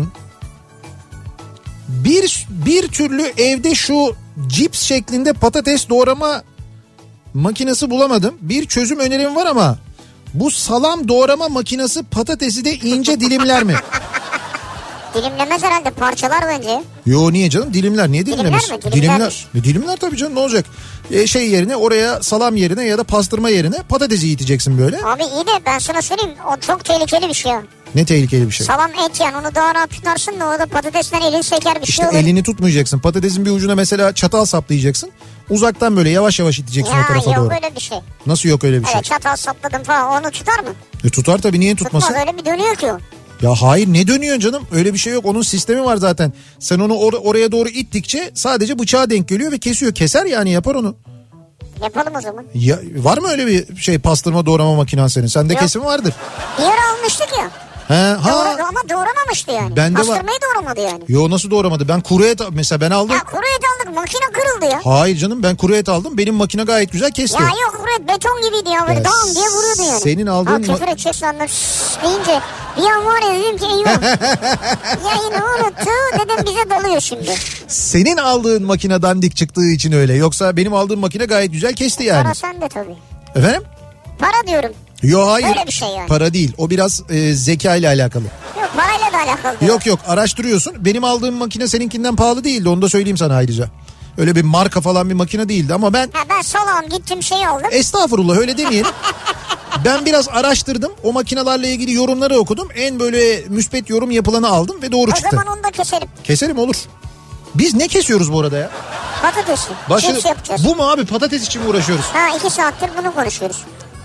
bir bir türlü evde şu cips şeklinde patates doğrama makinesi bulamadım. Bir çözüm önerim var ama bu salam doğrama makinesi patatesi de ince dilimler mi? Dilimlemez herhalde, parçalar bence. Yo, niye canım, dilimler, niye dilimlemez? Dilimler mi? Dilimlermiş. Dilimler. Dilimler tabii canım, ne olacak? Ee, şey yerine, oraya salam yerine ya da pastırma yerine patatesi yiteceksin böyle. Abi iyi de ben sana söyleyeyim, o çok tehlikeli bir şey ya. Ne tehlikeli bir şey. Salam et yani onu daha rahat tutarsın da o da patatesten elin seker bir İşte şey olur. elini tutmayacaksın. Patatesin bir ucuna mesela çatal saplayacaksın. Uzaktan böyle yavaş yavaş iteceksin ya, o tarafa yok doğru. Yok öyle bir şey. Nasıl yok öyle bir evet, şey? Çatal sapladım falan onu tutar mı? E tutar tabii, niye tutmasın? Tutmaz, öyle bir dönüyor ki o. Ya hayır, ne dönüyor canım? Öyle bir şey yok. Onun sistemi var zaten. Sen onu or- oraya doğru ittikçe sadece bıçağa denk geliyor ve kesiyor. Keser yani, yapar onu. Yapalım o zaman. Ya, var mı öyle bir şey, pastırma doğrama makinen senin? Sende Yok. kesim vardır. Bir ara almıştık ya. He, ha. Doğru, ama doğramamıştı yani. Bende var. Pastırmayı doğramadı yani. Yo, nasıl doğramadı? Ben kuru et mesela ben aldım. Ya kuru et aldık, makine kırıldı ya. Hayır canım, ben kuru et aldım. Benim makine gayet güzel kesti. Ya yok, kuru et beton gibiydi ya. Böyle Ya dağım diye vuruyordu yani. senin aldığın Ha, ma- küfür edecek sandım. Şşş deyince bir an var ya, dedim ki eyvah. Yayını unuttu dedim, bize dalıyor şimdi. Senin aldığın makine dandik çıktığı için öyle. Yoksa benim aldığım makine gayet güzel kesti yani. Para sende tabii. Efendim? Para diyorum. Yo hayır. Öyle bir şey yani. Para değil. O biraz e, zeka ile alakalı. Yok, parayla da alakalı değil. Yok yok, araştırıyorsun. Benim aldığım makine seninkinden pahalı değildi. Onu da söyleyeyim sana ayrıca. Öyle bir marka falan bir makine değildi ama ben... Ha, ben salağım, gittim şey aldım. Estağfurullah, öyle demeyelim. Ben biraz araştırdım. O makinelerle ilgili yorumları okudum. En böyle müspet yorum yapılanı aldım ve doğru o çıktı. zaman onu da keselim. Keselim, olur. Biz ne kesiyoruz bu arada ya? Patatesi. Başı, Cips yapacağız. bu mu abi, patates için mi uğraşıyoruz? Ha, iki saattir bunu konuşuyoruz.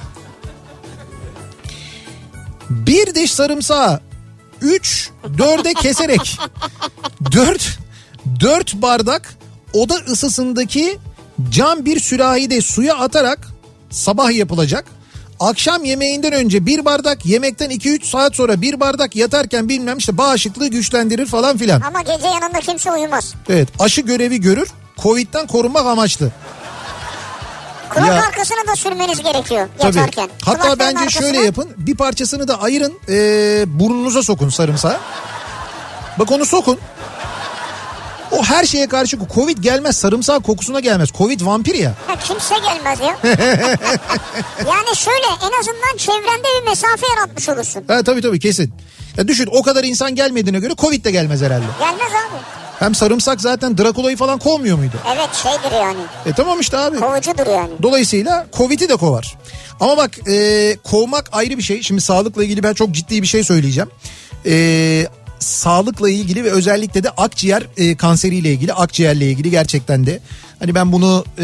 Bir diş sarımsağı üç dörde keserek dört dört bardak oda ısısındaki cam bir sürahide suya atarak sabah yapılacak. Akşam yemeğinden önce bir bardak, yemekten iki üç saat sonra bir bardak, yatarken bilmem işte bağışıklığı güçlendirir falan filan. Ama gece yanında kimse uyumaz. Evet, aşı görevi görür. Covid'den korunmak amaçlı. Kulak Ya, arkasına da sürmeniz gerekiyor tabii. yatarken. Hatta Kulakların bence arkasına... şöyle yapın. Bir parçasını da ayırın, e, burnunuza sokun sarımsağı. Bak, onu sokun. O her şeye karşı, Covid gelmez, sarımsak kokusuna gelmez. Covid vampir ya. Ha, kimse gelmez ya. Yani şöyle, en azından çevrende bir mesafe yaratmış olursun. Ha, tabii tabii, kesin. Ya düşün, o kadar insan gelmediğine göre Covid de gelmez herhalde. Gelmez abi. Hem sarımsak zaten Drakula'yı falan kovmuyor muydu? Evet, şeydir yani. E tamam işte abi. Kovucudur yani. Dolayısıyla Covid'i de kovar. Ama bak, e, kovmak ayrı bir şey. Şimdi sağlıkla ilgili ben çok ciddi bir şey söyleyeceğim. Eee... Sağlıkla ilgili ve özellikle de akciğer e, kanseriyle ilgili, akciğerle ilgili gerçekten de hani ben bunu e,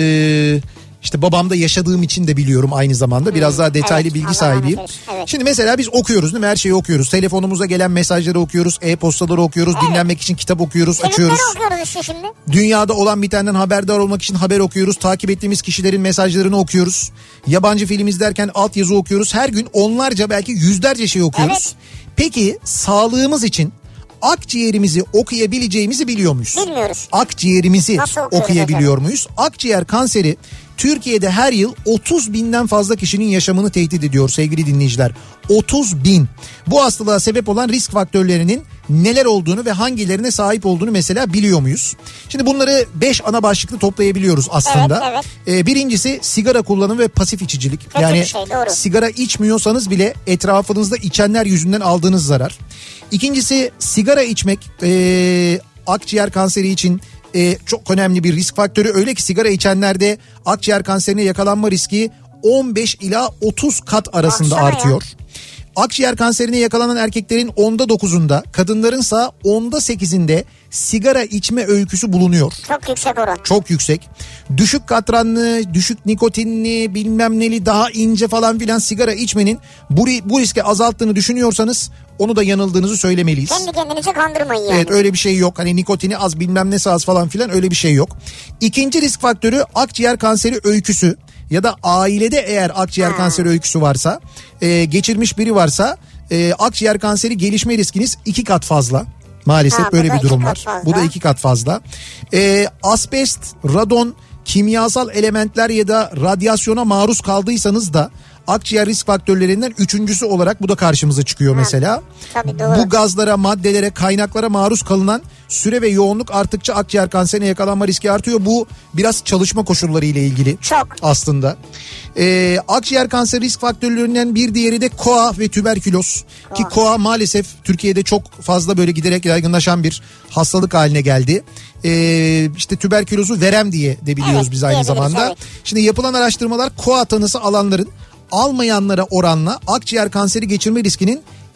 işte babamda yaşadığım için de biliyorum aynı zamanda. Biraz Hmm, daha detaylı evet, bilgi Allah sahibiyim. rahmet eylesin, evet. Şimdi mesela biz okuyoruz değil mi? Her şeyi okuyoruz. Telefonumuza gelen mesajları okuyoruz, e-postaları okuyoruz, evet. Dinlenmek için kitap okuyoruz, Filmleri açıyoruz. okuyoruz işte şimdi. Dünyada olan bitenden haberdar olmak için haber okuyoruz. Takip ettiğimiz kişilerin mesajlarını okuyoruz. Yabancı film izlerken altyazı okuyoruz. Her gün onlarca, belki yüzlerce şey okuyoruz. Evet. Peki sağlığımız için akciğerimizi okuyabileceğimizi biliyor muyuz? Bilmiyoruz. Akciğerimizi okuyabiliyor acaba? muyuz? Akciğer kanseri Türkiye'de her yıl otuz binden fazla kişinin yaşamını tehdit ediyor sevgili dinleyiciler. otuz bin. Bu hastalığa sebep olan risk faktörlerinin neler olduğunu ve hangilerine sahip olduğunu mesela biliyor muyuz? Şimdi bunları beş ana başlıklı toplayabiliyoruz aslında. Evet, evet. Ee, birincisi sigara kullanımı ve pasif içicilik. Kötü yani bir şey, doğru. sigara içmiyorsanız bile etrafınızda içenler yüzünden aldığınız zarar. İkincisi, sigara içmek e, akciğer kanseri için e, çok önemli bir risk faktörü. Öyle ki sigara içenlerde akciğer kanserine yakalanma riski on beş ila otuz kat arasında Baksana artıyor. Ya. Akciğer kanserine yakalanan erkeklerin onda dokuzunda, kadınlarınsa onda sekizinde sigara içme öyküsü bulunuyor. Çok yüksek oran. Çok yüksek. Düşük katranlı, düşük nikotinli, bilmem neli, daha ince falan filan sigara içmenin bu, bu riski azalttığını düşünüyorsanız onu da yanıldığınızı söylemeliyiz. Kendi kendinizi kandırmayın yani. Evet, öyle bir şey yok. Hani nikotini az, bilmem nesi az falan filan, öyle bir şey yok. İkinci risk faktörü akciğer kanseri öyküsü. Ya da ailede eğer akciğer hmm. kanseri öyküsü varsa, e, geçirmiş biri varsa e, akciğer kanseri gelişme riskiniz iki kat fazla. Maalesef ha, böyle bir durum var. Bu da iki kat fazla. E, asbest, radon, kimyasal elementler ya da radyasyona maruz kaldıysanız da akciğer risk faktörlerinden üçüncüsü olarak bu da karşımıza çıkıyor ha, mesela. Tabii, doğru. Bu gazlara, maddelere, kaynaklara maruz kalınan süre ve yoğunluk arttıkça akciğer kanserine yakalanma riski artıyor. Bu biraz çalışma koşulları ile ilgili. Çok. Aslında. Ee, akciğer kanseri risk faktörlerinden bir diğeri de koa ve tüberküloz. Koa. Ki koa maalesef Türkiye'de çok fazla böyle giderek yaygınlaşan bir hastalık haline geldi. Ee, işte tüberkülozu verem diye de biliyoruz evet, biz aynı zamanda. Evet. Şimdi yapılan araştırmalar koa tanısı alanların almayanlara oranla akciğer kanseri geçirme riskinin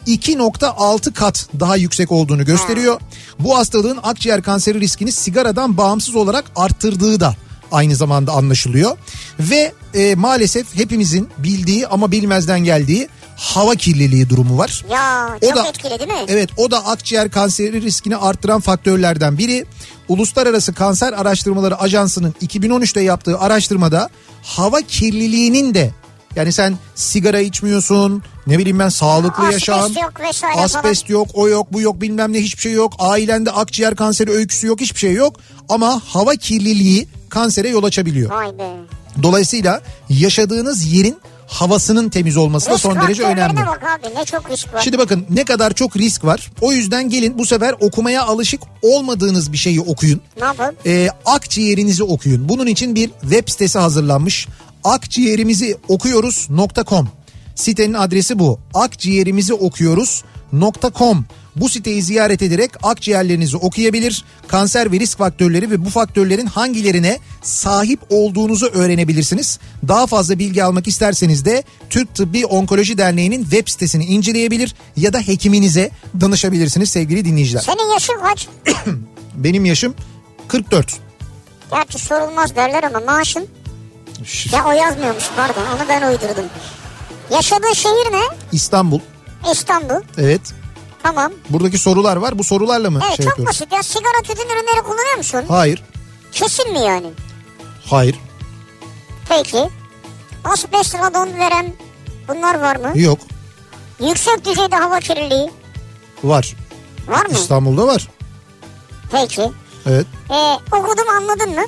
iki nokta altı kat daha yüksek olduğunu gösteriyor. Bu hastalığın akciğer kanseri riskini sigaradan bağımsız olarak arttırdığı da aynı zamanda anlaşılıyor. Ve e, maalesef hepimizin bildiği ama bilmezden geldiği hava kirliliği durumu var. Ya o çok da, etkili değil mi? Evet, o da akciğer kanseri riskini arttıran faktörlerden biri. Uluslararası Kanser Araştırmaları Ajansı'nın iki bin on üçte yaptığı araştırmada hava kirliliğinin de, yani sen sigara içmiyorsun, ne bileyim ben sağlıklı Asbest yaşam, yok vesaire asbest falan. yok, o yok, bu yok, bilmem ne, hiçbir şey yok. Ailende akciğer kanseri öyküsü yok, hiçbir şey yok. Ama hava kirliliği kansere yol açabiliyor. Vay be. Dolayısıyla yaşadığınız yerin havasının temiz olması da Risk son derece önemli. bak abi, ne çok risk var. Şimdi bakın ne kadar çok risk var. O yüzden gelin bu sefer okumaya alışık olmadığınız bir şeyi okuyun. Ne yapalım? Ee, akciğerinizi okuyun. Bunun için bir web sitesi hazırlanmış. akciğerimizi okuyoruz nokta com. Sitenin adresi bu. akciğerimizi okuyoruz nokta com. Bu siteyi ziyaret ederek akciğerlerinizi okuyabilir, kanser ve risk faktörleri ve bu faktörlerin hangilerine sahip olduğunuzu öğrenebilirsiniz. Daha fazla bilgi almak isterseniz de Türk Tıbbi Onkoloji Derneği'nin web sitesini inceleyebilir ya da hekiminize danışabilirsiniz sevgili dinleyiciler. Senin yaşın kaç? Benim yaşım kırk dört. Gerçi sorulmaz derler ama maaşın? Ya o yazmıyormuş, pardon, onu ben uydurdum. Yaşadığın şehir ne? İstanbul. İstanbul. Evet. Tamam. Buradaki sorular var. Bu sorularla mı Evet, şey çok yapıyoruz? basit ya. Sigara, tütün ürünleri kullanıyor musun? Hayır. Kesin mi yani? Hayır. Peki. Asbest, radon, verem, bunlar var mı? Yok. Yüksek düzeyde hava kirliliği Var. var mı? İstanbul'da var. Peki. Evet. Ee, okudum, anladın mı?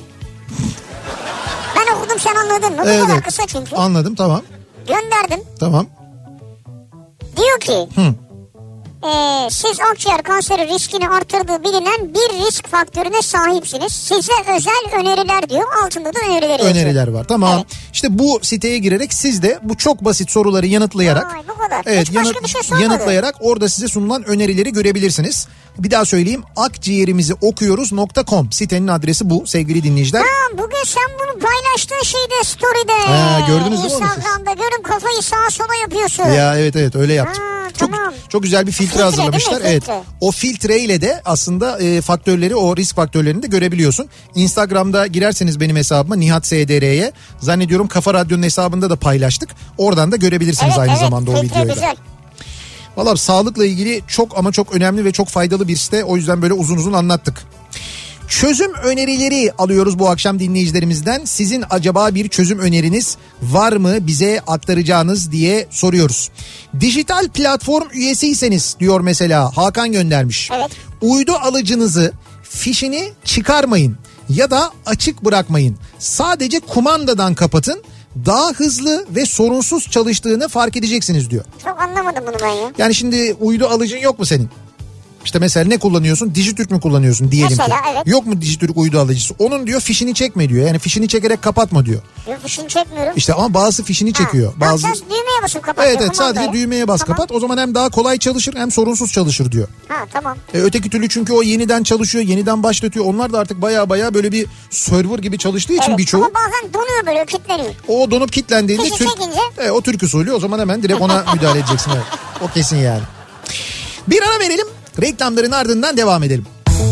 Ben okudum, sen anladın mı? Bu Evet, kadar evet. kısa çünkü. Anladım, tamam. Gönderdim. Tamam. Diyor ki Hı. e, siz akciğer kanseri riskini artırdığı bilinen bir risk faktörüne sahipsiniz. Size özel öneriler diyor. Altında da önerileri yazıyor. Öneriler var. Tamam. Evet. İşte bu siteye girerek siz de bu çok basit soruları yanıtlayarak Vay, bu kadar. evet, Hiç başka yanıt- bir şey sormadı. yanıtlayarak orada size sunulan önerileri görebilirsiniz. Bir daha söyleyeyim. akciğerimizi okuyoruz nokta com sitenin adresi bu sevgili dinleyiciler. Ha, bugün sen bunu paylaştın şeyde, story'de. Ha, gördünüz değil mi onu siz? Instagram'da görün, kafayı sağa sola yapıyorsun. Ya evet evet öyle yaptım. Ha, çok tamam. çok güzel bir filtre, Filtre hazırlamışlar. değil mi? Filtre. Evet. O filtreyle de aslında e, faktörleri, o risk faktörlerini de görebiliyorsun. Instagram'da girerseniz benim hesabıma Nihat S D R'ye, zannediyorum Kafa Radyo'nun hesabında da paylaştık. Oradan da görebilirsiniz Evet, aynı evet, zamanda o filtre videoyu da. güzel. Valla sağlıkla ilgili çok ama çok önemli ve çok faydalı bir site. O yüzden böyle uzun uzun anlattık. Çözüm önerileri alıyoruz bu akşam dinleyicilerimizden. Sizin acaba bir çözüm öneriniz var mı bize aktaracağınız diye soruyoruz. Dijital platform üyesiyseniz diyor mesela Hakan göndermiş. Evet. Uydu alıcınızı, fişini çıkarmayın ya da açık bırakmayın. Sadece kumandadan kapatın. Daha hızlı ve sorunsuz çalıştığını fark edeceksiniz diyor. Çok anlamadım bunu ben ya. Yani şimdi uydu alıcın yok mu senin? İşte mesela ne kullanıyorsun? Dijitürk mü kullanıyorsun diyelim Mesela, ki. evet. Yok mu Dijitürk uydu alıcısı? Onun diyor fişini çekme diyor. Yani fişini çekerek kapatma diyor. Yok, fişini çekmiyorum. İşte ama bazı fişini çekiyor. Ha, Bazı... yapacağız, düğmeye basıp kapat. Evet diyor, evet sadece kumandayı. düğmeye bas Tamam. kapat. O zaman hem daha kolay çalışır hem sorunsuz çalışır diyor. Ha tamam. E, öteki türlü çünkü o yeniden çalışıyor, yeniden başlatıyor. Onlar da artık baya baya böyle bir server gibi çalıştığı için Evet, birçoğu. ama bazen donuyor, böyle kilitleniyor. O donup kilitlendiğinde Fişi Türk, çekince. e, o Türk usulü, o zaman hemen direkt ona müdahale edeceksin. Evet. O kesin yani. Bir ara verelim. Reklamların ardından devam edelim.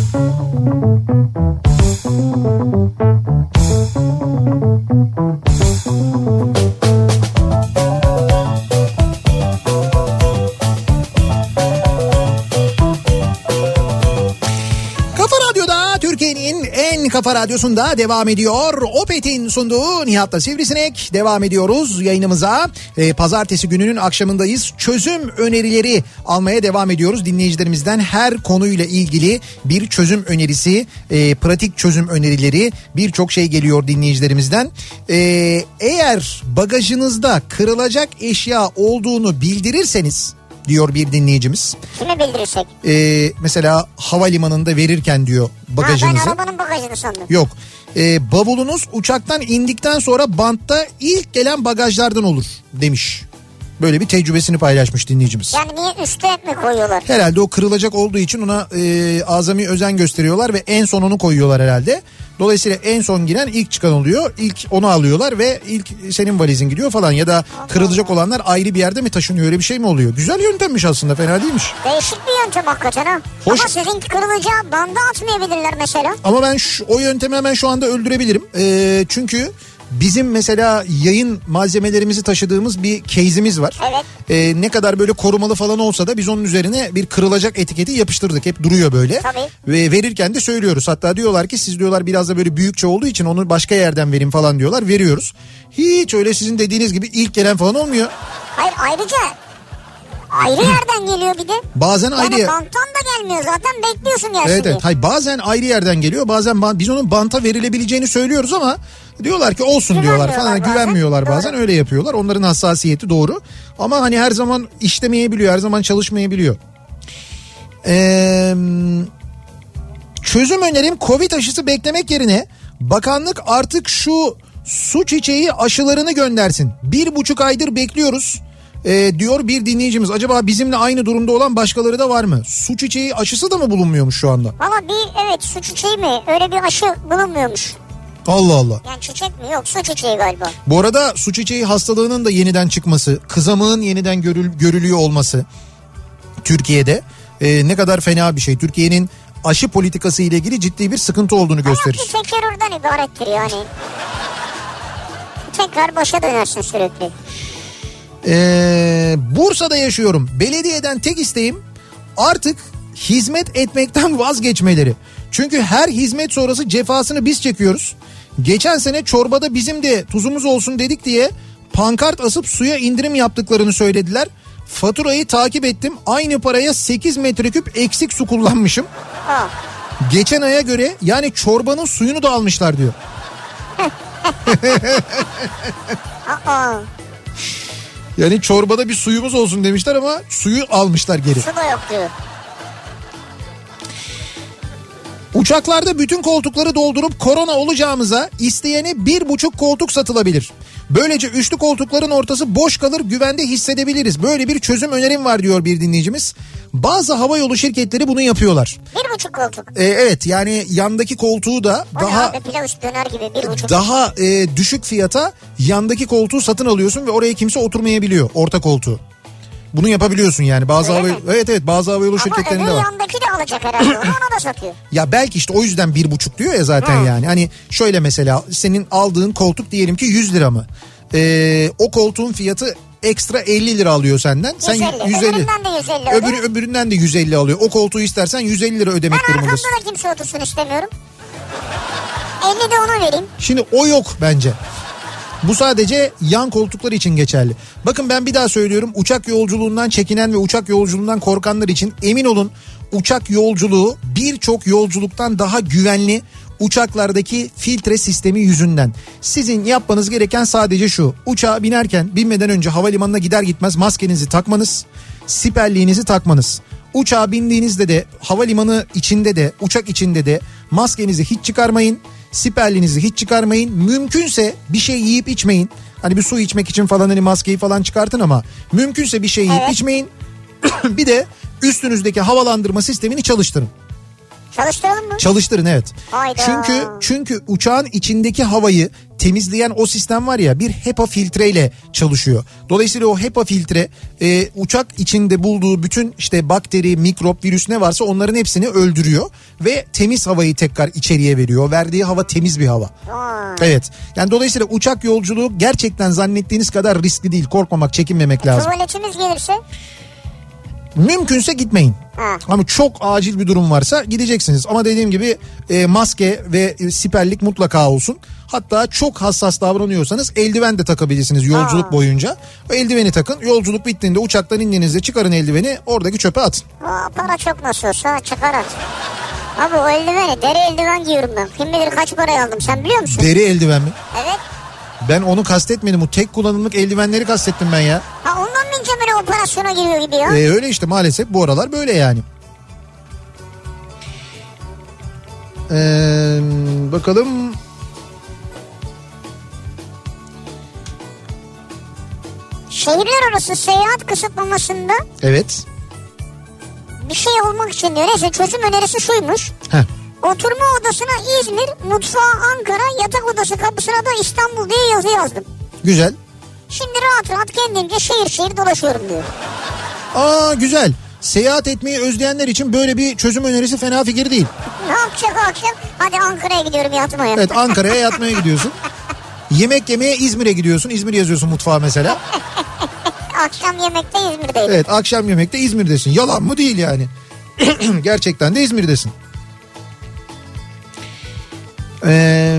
Kafa Radyo'da, Türkiye'nin en kafa radyosunda devam ediyor. Opet'in sunduğu Nihat'la Sivrisinek devam ediyoruz yayınımıza. Ee, Pazartesi gününün akşamındayız. Çözüm önerileri almaya devam ediyoruz. Dinleyicilerimizden her konuyla ilgili bir çözüm önerisi, e, pratik çözüm önerileri, birçok şey geliyor dinleyicilerimizden. Ee, eğer bagajınızda kırılacak eşya olduğunu bildirirseniz, diyor bir dinleyicimiz. Kime bildirirsek? Ee, mesela havalimanında verirken diyor bagajınızı. Ha, ben arabanın bagajını sandım. Yok. Ee, bavulunuz uçaktan indikten sonra bantta ilk gelen bagajlardan olur demiş. Böyle bir tecrübesini paylaşmış dinleyicimiz. Yani niye üste mi koyuyorlar? Herhalde o kırılacak olduğu için ona e, azami özen gösteriyorlar ve en son onu koyuyorlar herhalde. Dolayısıyla en son giren ilk çıkan oluyor. İlk onu alıyorlar ve ilk senin valizin gidiyor falan. Ya da kırılacak olanlar ayrı bir yerde mi taşınıyor, öyle bir şey mi oluyor? Güzel yöntemmiş aslında, fena değilmiş. Değişik bir yöntem hakikaten ha. Hoş. Ama sizinki kırılacağı banda atmayabilirler mesela. Ama ben şu, o yöntemi hemen şu anda öldürebilirim. E, çünkü bizim mesela yayın malzemelerimizi taşıdığımız bir case'imiz var. Evet. Ee, ne kadar böyle korumalı falan olsa da biz onun üzerine bir kırılacak etiketi yapıştırdık. Hep duruyor böyle. Tabii. Ve verirken de söylüyoruz. Hatta diyorlar ki siz diyorlar biraz da böyle büyükçe olduğu için onu başka yerden verin falan diyorlar. Veriyoruz. Hiç öyle sizin dediğiniz gibi ilk gelen falan olmuyor. Hayır, ayrıca ayrı yerden geliyor bir de. Bazen yani ayrı yer. banttan da gelmiyor zaten, bekliyorsun gelsin Evet diye. evet. Hayır, bazen ayrı yerden geliyor. Bazen ban- biz onun banta verilebileceğini söylüyoruz ama diyorlar ki olsun diyorlar falan. Güvenmiyorlar Güvenmiyorlar bazen. bazen. Doğru. Öyle yapıyorlar. Onların hassasiyeti doğru. Ama hani her zaman işlemeyebiliyor. Her zaman çalışmayabiliyor. Eee... Çözüm önerim Covid aşısı beklemek yerine bakanlık artık şu su çiçeği aşılarını göndersin. Bir buçuk aydır bekliyoruz e, diyor bir dinleyicimiz. Acaba bizimle aynı durumda olan başkaları da var mı? Su çiçeği aşısı da mı bulunmuyormuş şu anda? Valla bir evet su çiçeği mi? Öyle bir aşı bulunmuyormuş. Allah Allah. Yani çiçek mi? Yok, su çiçeği galiba. Bu arada su çiçeği hastalığının da yeniden çıkması, kızamığın yeniden görül, görülüyor olması Türkiye'de e, ne kadar fena bir şey. Türkiye'nin aşı politikası ile ilgili ciddi bir sıkıntı olduğunu gösterir. Ama bir tekrardan ibarettir yani. Tekrar başa dönersin sürekli. Ee, Bursa'da yaşıyorum. Belediyeden tek isteğim artık hizmet etmekten vazgeçmeleri. Çünkü her hizmet sonrası cefasını biz çekiyoruz. Geçen sene çorbada bizim de tuzumuz olsun dedik diye pankart asıp suya indirim yaptıklarını söylediler. Faturayı takip ettim. Aynı paraya sekiz metreküp eksik su kullanmışım. Ha. Geçen aya göre yani çorbanın suyunu da almışlar diyor. Aa. Yani çorbada bir suyumuz olsun demişler ama suyu almışlar geri. Su da yok diyor. Uçaklarda bütün koltukları doldurup korona olacağımıza isteyene bir buçuk koltuk satılabilir. Böylece üçlü koltukların ortası boş kalır, güvende hissedebiliriz. Böyle bir çözüm önerim var diyor bir dinleyicimiz. Bazı havayolu şirketleri bunu yapıyorlar. Bir buçuk koltuk. Ee, evet yani yandaki koltuğu da O daha abi, pilav üstü döner gibi bir buçuk. daha e, düşük fiyata yandaki koltuğu satın alıyorsun ve oraya kimse oturmayabiliyor, orta koltuğu. Bunu yapabiliyorsun yani bazı Öyle hava, mi? evet evet bazı havayolu Ama şirketlerinde öbür var. yandaki de alacak herhalde onu, ona da satıyor. Ya belki işte o yüzden bir buçuk diyor ya zaten Hı. yani. Hani şöyle mesela senin aldığın koltuk diyelim ki yüz lira mı? Ee, o koltuğun fiyatı ekstra elli lira alıyor senden. Sen yüz elli. yüz elli. Öbüründen de yüz elli Öbürü, öyle. öbüründen de yüz elli alıyor. O koltuğu istersen yüz elli lira ödemek Ben durumundasın. arkamda da kimse otursun istemiyorum. elli de ona vereyim. Şimdi o yok bence. Bu sadece yan koltuklar için geçerli. Bakın ben bir daha söylüyorum. Uçak yolculuğundan çekinen ve uçak yolculuğundan korkanlar için emin olun uçak yolculuğu birçok yolculuktan daha güvenli. Uçaklardaki filtre sistemi yüzünden. Sizin yapmanız gereken sadece şu. Uçağa binerken binmeden önce havalimanına gider gitmez maskenizi takmanız, siperliğinizi takmanız. Uçağa bindiğinizde de havalimanı içinde de uçak içinde de maskenizi hiç çıkarmayın. Siperliğinizi hiç çıkarmayın. Mümkünse bir şey yiyip içmeyin. Hani bir su içmek için falan hani maskeyi falan çıkartın ama mümkünse bir şey yiyip Evet. içmeyin. Bir de üstünüzdeki havalandırma sistemini çalıştırın. Çalıştıralım mı? Çalıştırın evet. Hayda. Çünkü çünkü uçağın içindeki havayı temizleyen o sistem var ya bir HEPA filtreyle çalışıyor. Dolayısıyla o HEPA filtre e, uçak içinde bulduğu bütün işte bakteri, mikrop, virüs ne varsa onların hepsini öldürüyor ve temiz havayı tekrar içeriye veriyor. Verdiği hava temiz bir hava. Aa. Evet. Yani dolayısıyla uçak yolculuğu gerçekten zannettiğiniz kadar riskli değil. Korkmamak, çekinmemek lazım. Tuvaletimiz gelirse? Mümkünse gitmeyin. Ha. Ama çok acil bir durum varsa gideceksiniz. Ama dediğim gibi e, maske ve e, siperlik mutlaka olsun. Hatta çok hassas davranıyorsanız eldiven de takabilirsiniz yolculuk Aa. boyunca. O eldiveni takın. Yolculuk bittiğinde uçaktan indiğinizde çıkarın eldiveni, oradaki çöpe atın. Aa, para çok nasıl olsa çıkar at. Abi o eldiveni, deri eldiven giyiyorum ben. Kim bilir kaç paraya aldım, sen biliyor musun? Deri eldiven mi? Evet. Ben onu kastetmedim. Bu tek kullanımlık eldivenleri kastettim ben ya. Ha ondan mı ince böyle operasyona giriyor gibi ya? Ee, öyle işte maalesef bu aralar böyle yani. Ee, bakalım. şehirler arası seyahat kısıtlamasında Evet. bir şey olmak için diyor. Neyse çözüm önerisi şuymuş. Heh. Oturma odasına İzmir, mutfağı Ankara, yatak odası kapısına da İstanbul diye yazı yazdım. Güzel. Şimdi rahat rahat kendimce şehir şehir dolaşıyorum diyor. Aa güzel. Seyahat etmeyi özleyenler için böyle bir çözüm önerisi fena fikir değil. Ne yapacak akşam? Hadi Ankara'ya gidiyorum yatmaya. Evet, Ankara'ya yatmaya gidiyorsun. Yemek yemeye İzmir'e gidiyorsun. İzmir yazıyorsun mutfağa mesela. Akşam yemekte İzmir'deyim. Evet, akşam yemekte İzmir'desin. Yalan mı değil yani. Gerçekten de İzmir'desin. Ee,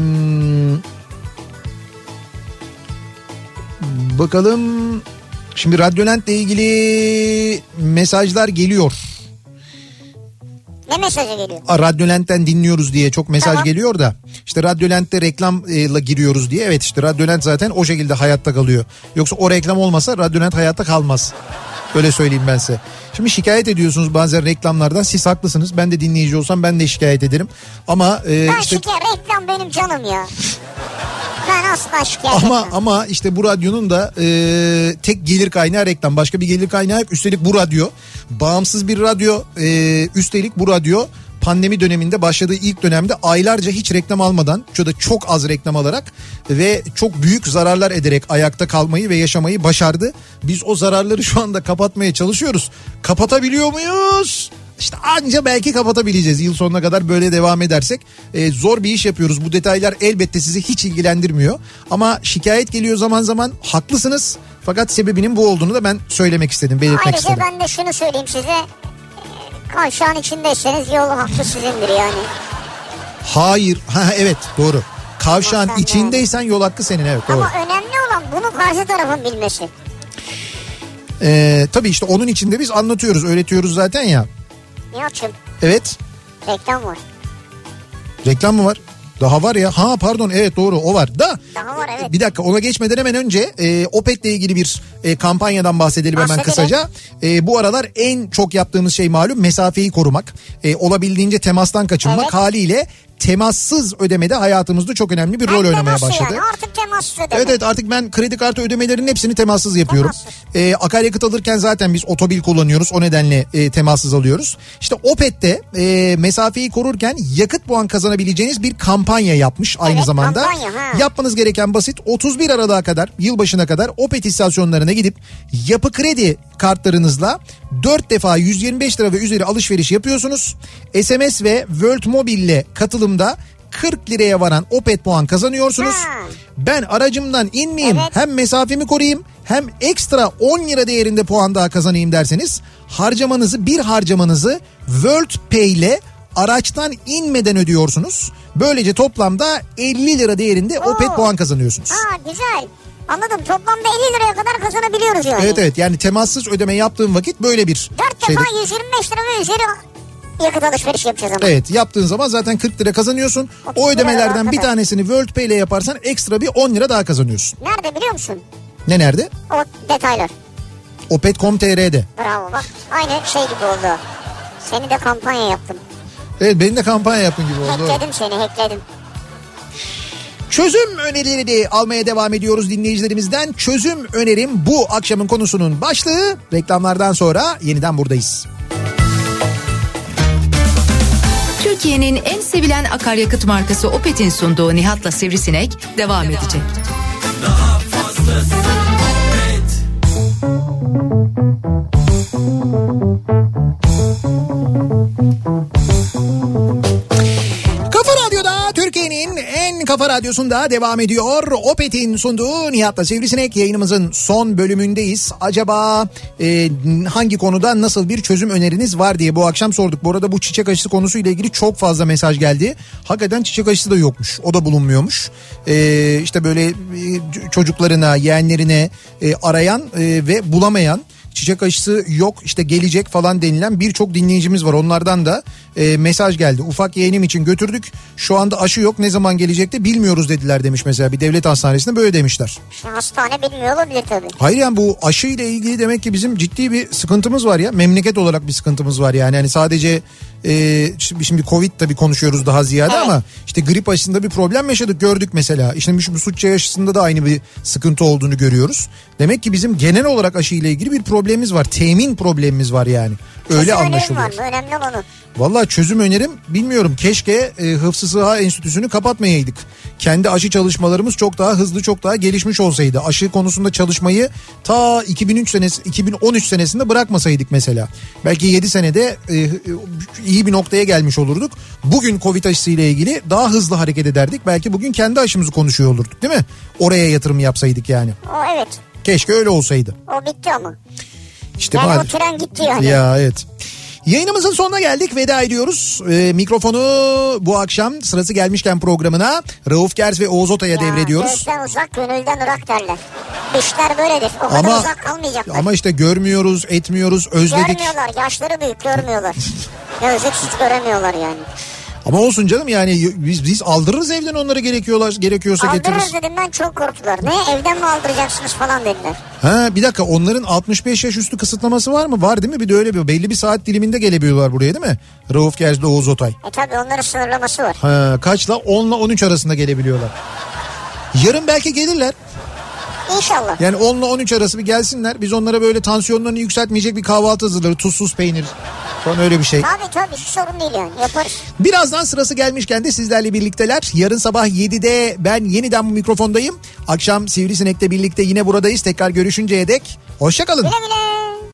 bakalım. Şimdi Radyolent'le ilgili mesajlar geliyor. Ne mesajı geliyor? Radyolent'ten dinliyoruz diye çok mesaj Tamam. geliyor da. İşte Radyolent'te reklamla giriyoruz diye. Evet, işte Radyolent zaten o şekilde hayatta kalıyor. Yoksa o reklam olmasa Radyolent hayatta kalmaz. Öyle söyleyeyim ben size. Şimdi şikayet ediyorsunuz bazen reklamlardan. Siz haklısınız. Ben de dinleyici olsam ben de şikayet ederim. Ama e, Ben işte... şikayet, reklam benim canım ya. Ben asla şikayet Ama etmem. ama işte bu radyonun da e, tek gelir kaynağı reklam. Başka bir gelir kaynağı yok. Üstelik bu radyo bağımsız bir radyo. E, üstelik bu radyo pandemi döneminde başladığı ilk dönemde aylarca hiç reklam almadan, şurada çok az reklam alarak ve çok büyük zararlar ederek ayakta kalmayı ve yaşamayı başardı. Biz o zararları şu anda kapatmaya çalışıyoruz. Kapatabiliyor muyuz? İşte anca belki kapatabileceğiz yıl sonuna kadar böyle devam edersek. Ee, zor bir iş yapıyoruz. Bu detaylar elbette sizi hiç ilgilendirmiyor. Ama şikayet geliyor zaman zaman, haklısınız. Fakat sebebinin bu olduğunu da ben söylemek istedim, belirtmek Ayrıca istedim. ben de şunu söyleyeyim size. Kavşağın içindeyseniz yol hakkı sizindir yani. Hayır. Ha, evet doğru. Kavşağın Ama sen içindeysen yol hakkı senin, evet doğru. Ama önemli olan bunu karşı tarafın bilmesi. Ee, tabii işte onun içinde biz anlatıyoruz, öğretiyoruz zaten ya. Nihat'cığım Evet. reklam var. Reklam mı var? Daha var ya. Ha pardon, evet doğru, o var. Da Daha var, evet. bir dakika, ona geçmeden hemen önce e, Opet'le ilgili bir e, kampanyadan bahsedelim hemen Bahsedelim. kısaca. E, bu aralar en çok yaptığımız şey malum mesafeyi korumak. E, olabildiğince temastan kaçınmak, Evet. haliyle temassız ödemede hayatımızda çok önemli bir rol Hem oynamaya temaslı başladı. Yani, artık temassız ödeme. Evet evet, artık ben kredi kartı ödemelerinin hepsini temassız yapıyorum. Temassız. E, akaryakıt alırken zaten biz otobil kullanıyoruz. O nedenle e, temassız alıyoruz. İşte Opet'te e, mesafeyi korurken yakıt puan kazanabileceğiniz bir kampanya yapmış aynı Evet, zamanda. kampanya, ha. Yapmanız gereken basit, otuz bir Aralık'a kadar, yılbaşına kadar Opet istasyonlarına gidip yapı kredi kartlarınızla dört defa yüz yirmi beş lira ve üzeri alışveriş yapıyorsunuz. S M S ve World Mobile'le katılımda kırk liraya varan Opet puan kazanıyorsunuz. Ha. Ben aracımdan inmeyeyim, Evet. hem mesafemi koruyayım hem ekstra on lira değerinde puan daha kazanayım derseniz harcamanızı, bir harcamanızı World Pay ile araçtan inmeden ödüyorsunuz. Böylece toplamda elli lira değerinde Oo. Opet puan kazanıyorsunuz. Ha güzel. Anladım. Toplamda elli liraya kadar kazanabiliyoruz yani. Evet evet, yani temassız ödeme yaptığın vakit böyle bir Dört şeyde- defa yüz yirmi beş lira ve üzeri yakıt alışveriş yapacağız ama. Evet, yaptığın zaman zaten kırk lira kazanıyorsun. otuz O lira ödemelerden daha bir kadar. tanesini World Pay ile yaparsan ekstra bir on lira daha kazanıyorsun. Nerede biliyor musun? Ne nerede? O detaylar. Opet nokta com nokta tr'de. Bravo bak. Aynı şey gibi oldu. Seni de kampanya yaptım. Evet, benim de kampanya yaptığım gibi oldu. Hackledim seni hackledim. Çözüm önerileri de almaya devam ediyoruz dinleyicilerimizden. Çözüm önerim bu akşamın konusunun başlığı. Reklamlardan sonra yeniden buradayız. Türkiye'nin en sevilen akaryakıt markası Opet'in sunduğu Nihat'la Sivrisinek devam edecek. Daha fazlası Opet. Kafa Radyo'da, Türkiye'nin en kafa radyosunda devam ediyor. Opet'in sunduğu Nihat'la Sivrisinek yayınımızın son bölümündeyiz. Acaba e, hangi konuda nasıl bir çözüm öneriniz var diye bu akşam sorduk. Bu arada bu çiçek aşısı konusuyla ilgili çok fazla mesaj geldi. Hakikaten çiçek aşısı da yokmuş. O da bulunmuyormuş. E, işte böyle e, çocuklarına, yeğenlerine e, arayan e, ve bulamayan, çiçek aşısı yok işte gelecek falan denilen birçok dinleyicimiz var. Onlardan da e, mesaj geldi. Ufak yeğenim için götürdük. Şu anda aşı yok, ne zaman gelecek de bilmiyoruz dediler demiş mesela. Bir devlet hastanesinde böyle demişler. İşte hastane bilmiyor olabilir tabii. Hayır, yani bu aşı ile ilgili demek ki bizim ciddi bir sıkıntımız var ya. Memleket olarak bir sıkıntımız var yani. Yani sadece Ee, şimdi, şimdi Covid tabii konuşuyoruz daha ziyade Evet. ama işte grip aşısında bir problem yaşadık, gördük mesela. İşte bu Suççay aşısında da aynı bir sıkıntı olduğunu görüyoruz. Demek ki bizim genel olarak aşı ile ilgili bir problemimiz var. Temin problemimiz var yani. Öyle Çözüm önerim anlaşılıyor. var mı? Önemli olanı. Vallahi çözüm önerim bilmiyorum. Keşke e, Hıfzı Sıha Enstitüsü'nü kapatmayaydık. Kendi aşı çalışmalarımız çok daha hızlı, çok daha gelişmiş olsaydı. Aşı konusunda çalışmayı ta iki bin üç senesi, iki bin on üç senesinde bırakmasaydık mesela. Belki yedi senede e, iyi bir noktaya gelmiş olurduk. Bugün Covid aşısı ile ilgili daha hızlı hareket ederdik. Belki bugün kendi aşımızı konuşuyor olurduk, değil mi? Oraya yatırım yapsaydık yani. O evet. Keşke öyle olsaydı. O bitti ama. İşte Yani bari- o tren gitti yani. Ya evet. Yayınımızın sonuna geldik, veda ediyoruz. Ee, mikrofonu bu akşam sırası gelmişken programına Rauf Gers ve Oğuz Otay'a Ya, devrediyoruz. gözden uzak, gönülden ırak derler. İşler böyledir. O kadar Ama uzak kalmayacaklar. ama işte görmüyoruz, etmiyoruz, özledik. Görmüyorlar. Yaşları büyük, görmüyorlar. Gözlük hiç göremiyorlar yani. Ama olsun canım, yani biz biz aldırırız evden onları, gerekiyorlar gerekiyorsa getiririz. Aldırırız dedim ben, çok korktular. Ne, evden mi aldıracaksınız falan dediler. Ha bir dakika, onların altmış beş yaş üstü kısıtlaması var mı? Var değil mi? Bir de öyle bir belli bir saat diliminde gelebiliyorlar buraya, değil mi? Rauf Gers ile Oğuz Otay. E tabi onların sınırlaması var. Ha, kaçla? onla on üç arasında gelebiliyorlar. Yarın belki gelirler. İnşallah. Yani onla on üç arası bir gelsinler. Biz onlara böyle tansiyonlarını yükseltmeyecek bir kahvaltı hazırlarız. Tuzsuz peynir falan, öyle bir şey. Tabii tabii, hiç sorun değil yani, yaparız. Birazdan sırası gelmişken de sizlerle birlikteler. Yarın sabah yedide ben yeniden bu mikrofondayım. Akşam Sivrisinek'le birlikte yine buradayız. Tekrar görüşünceye dek hoşça kalın. Güle güle.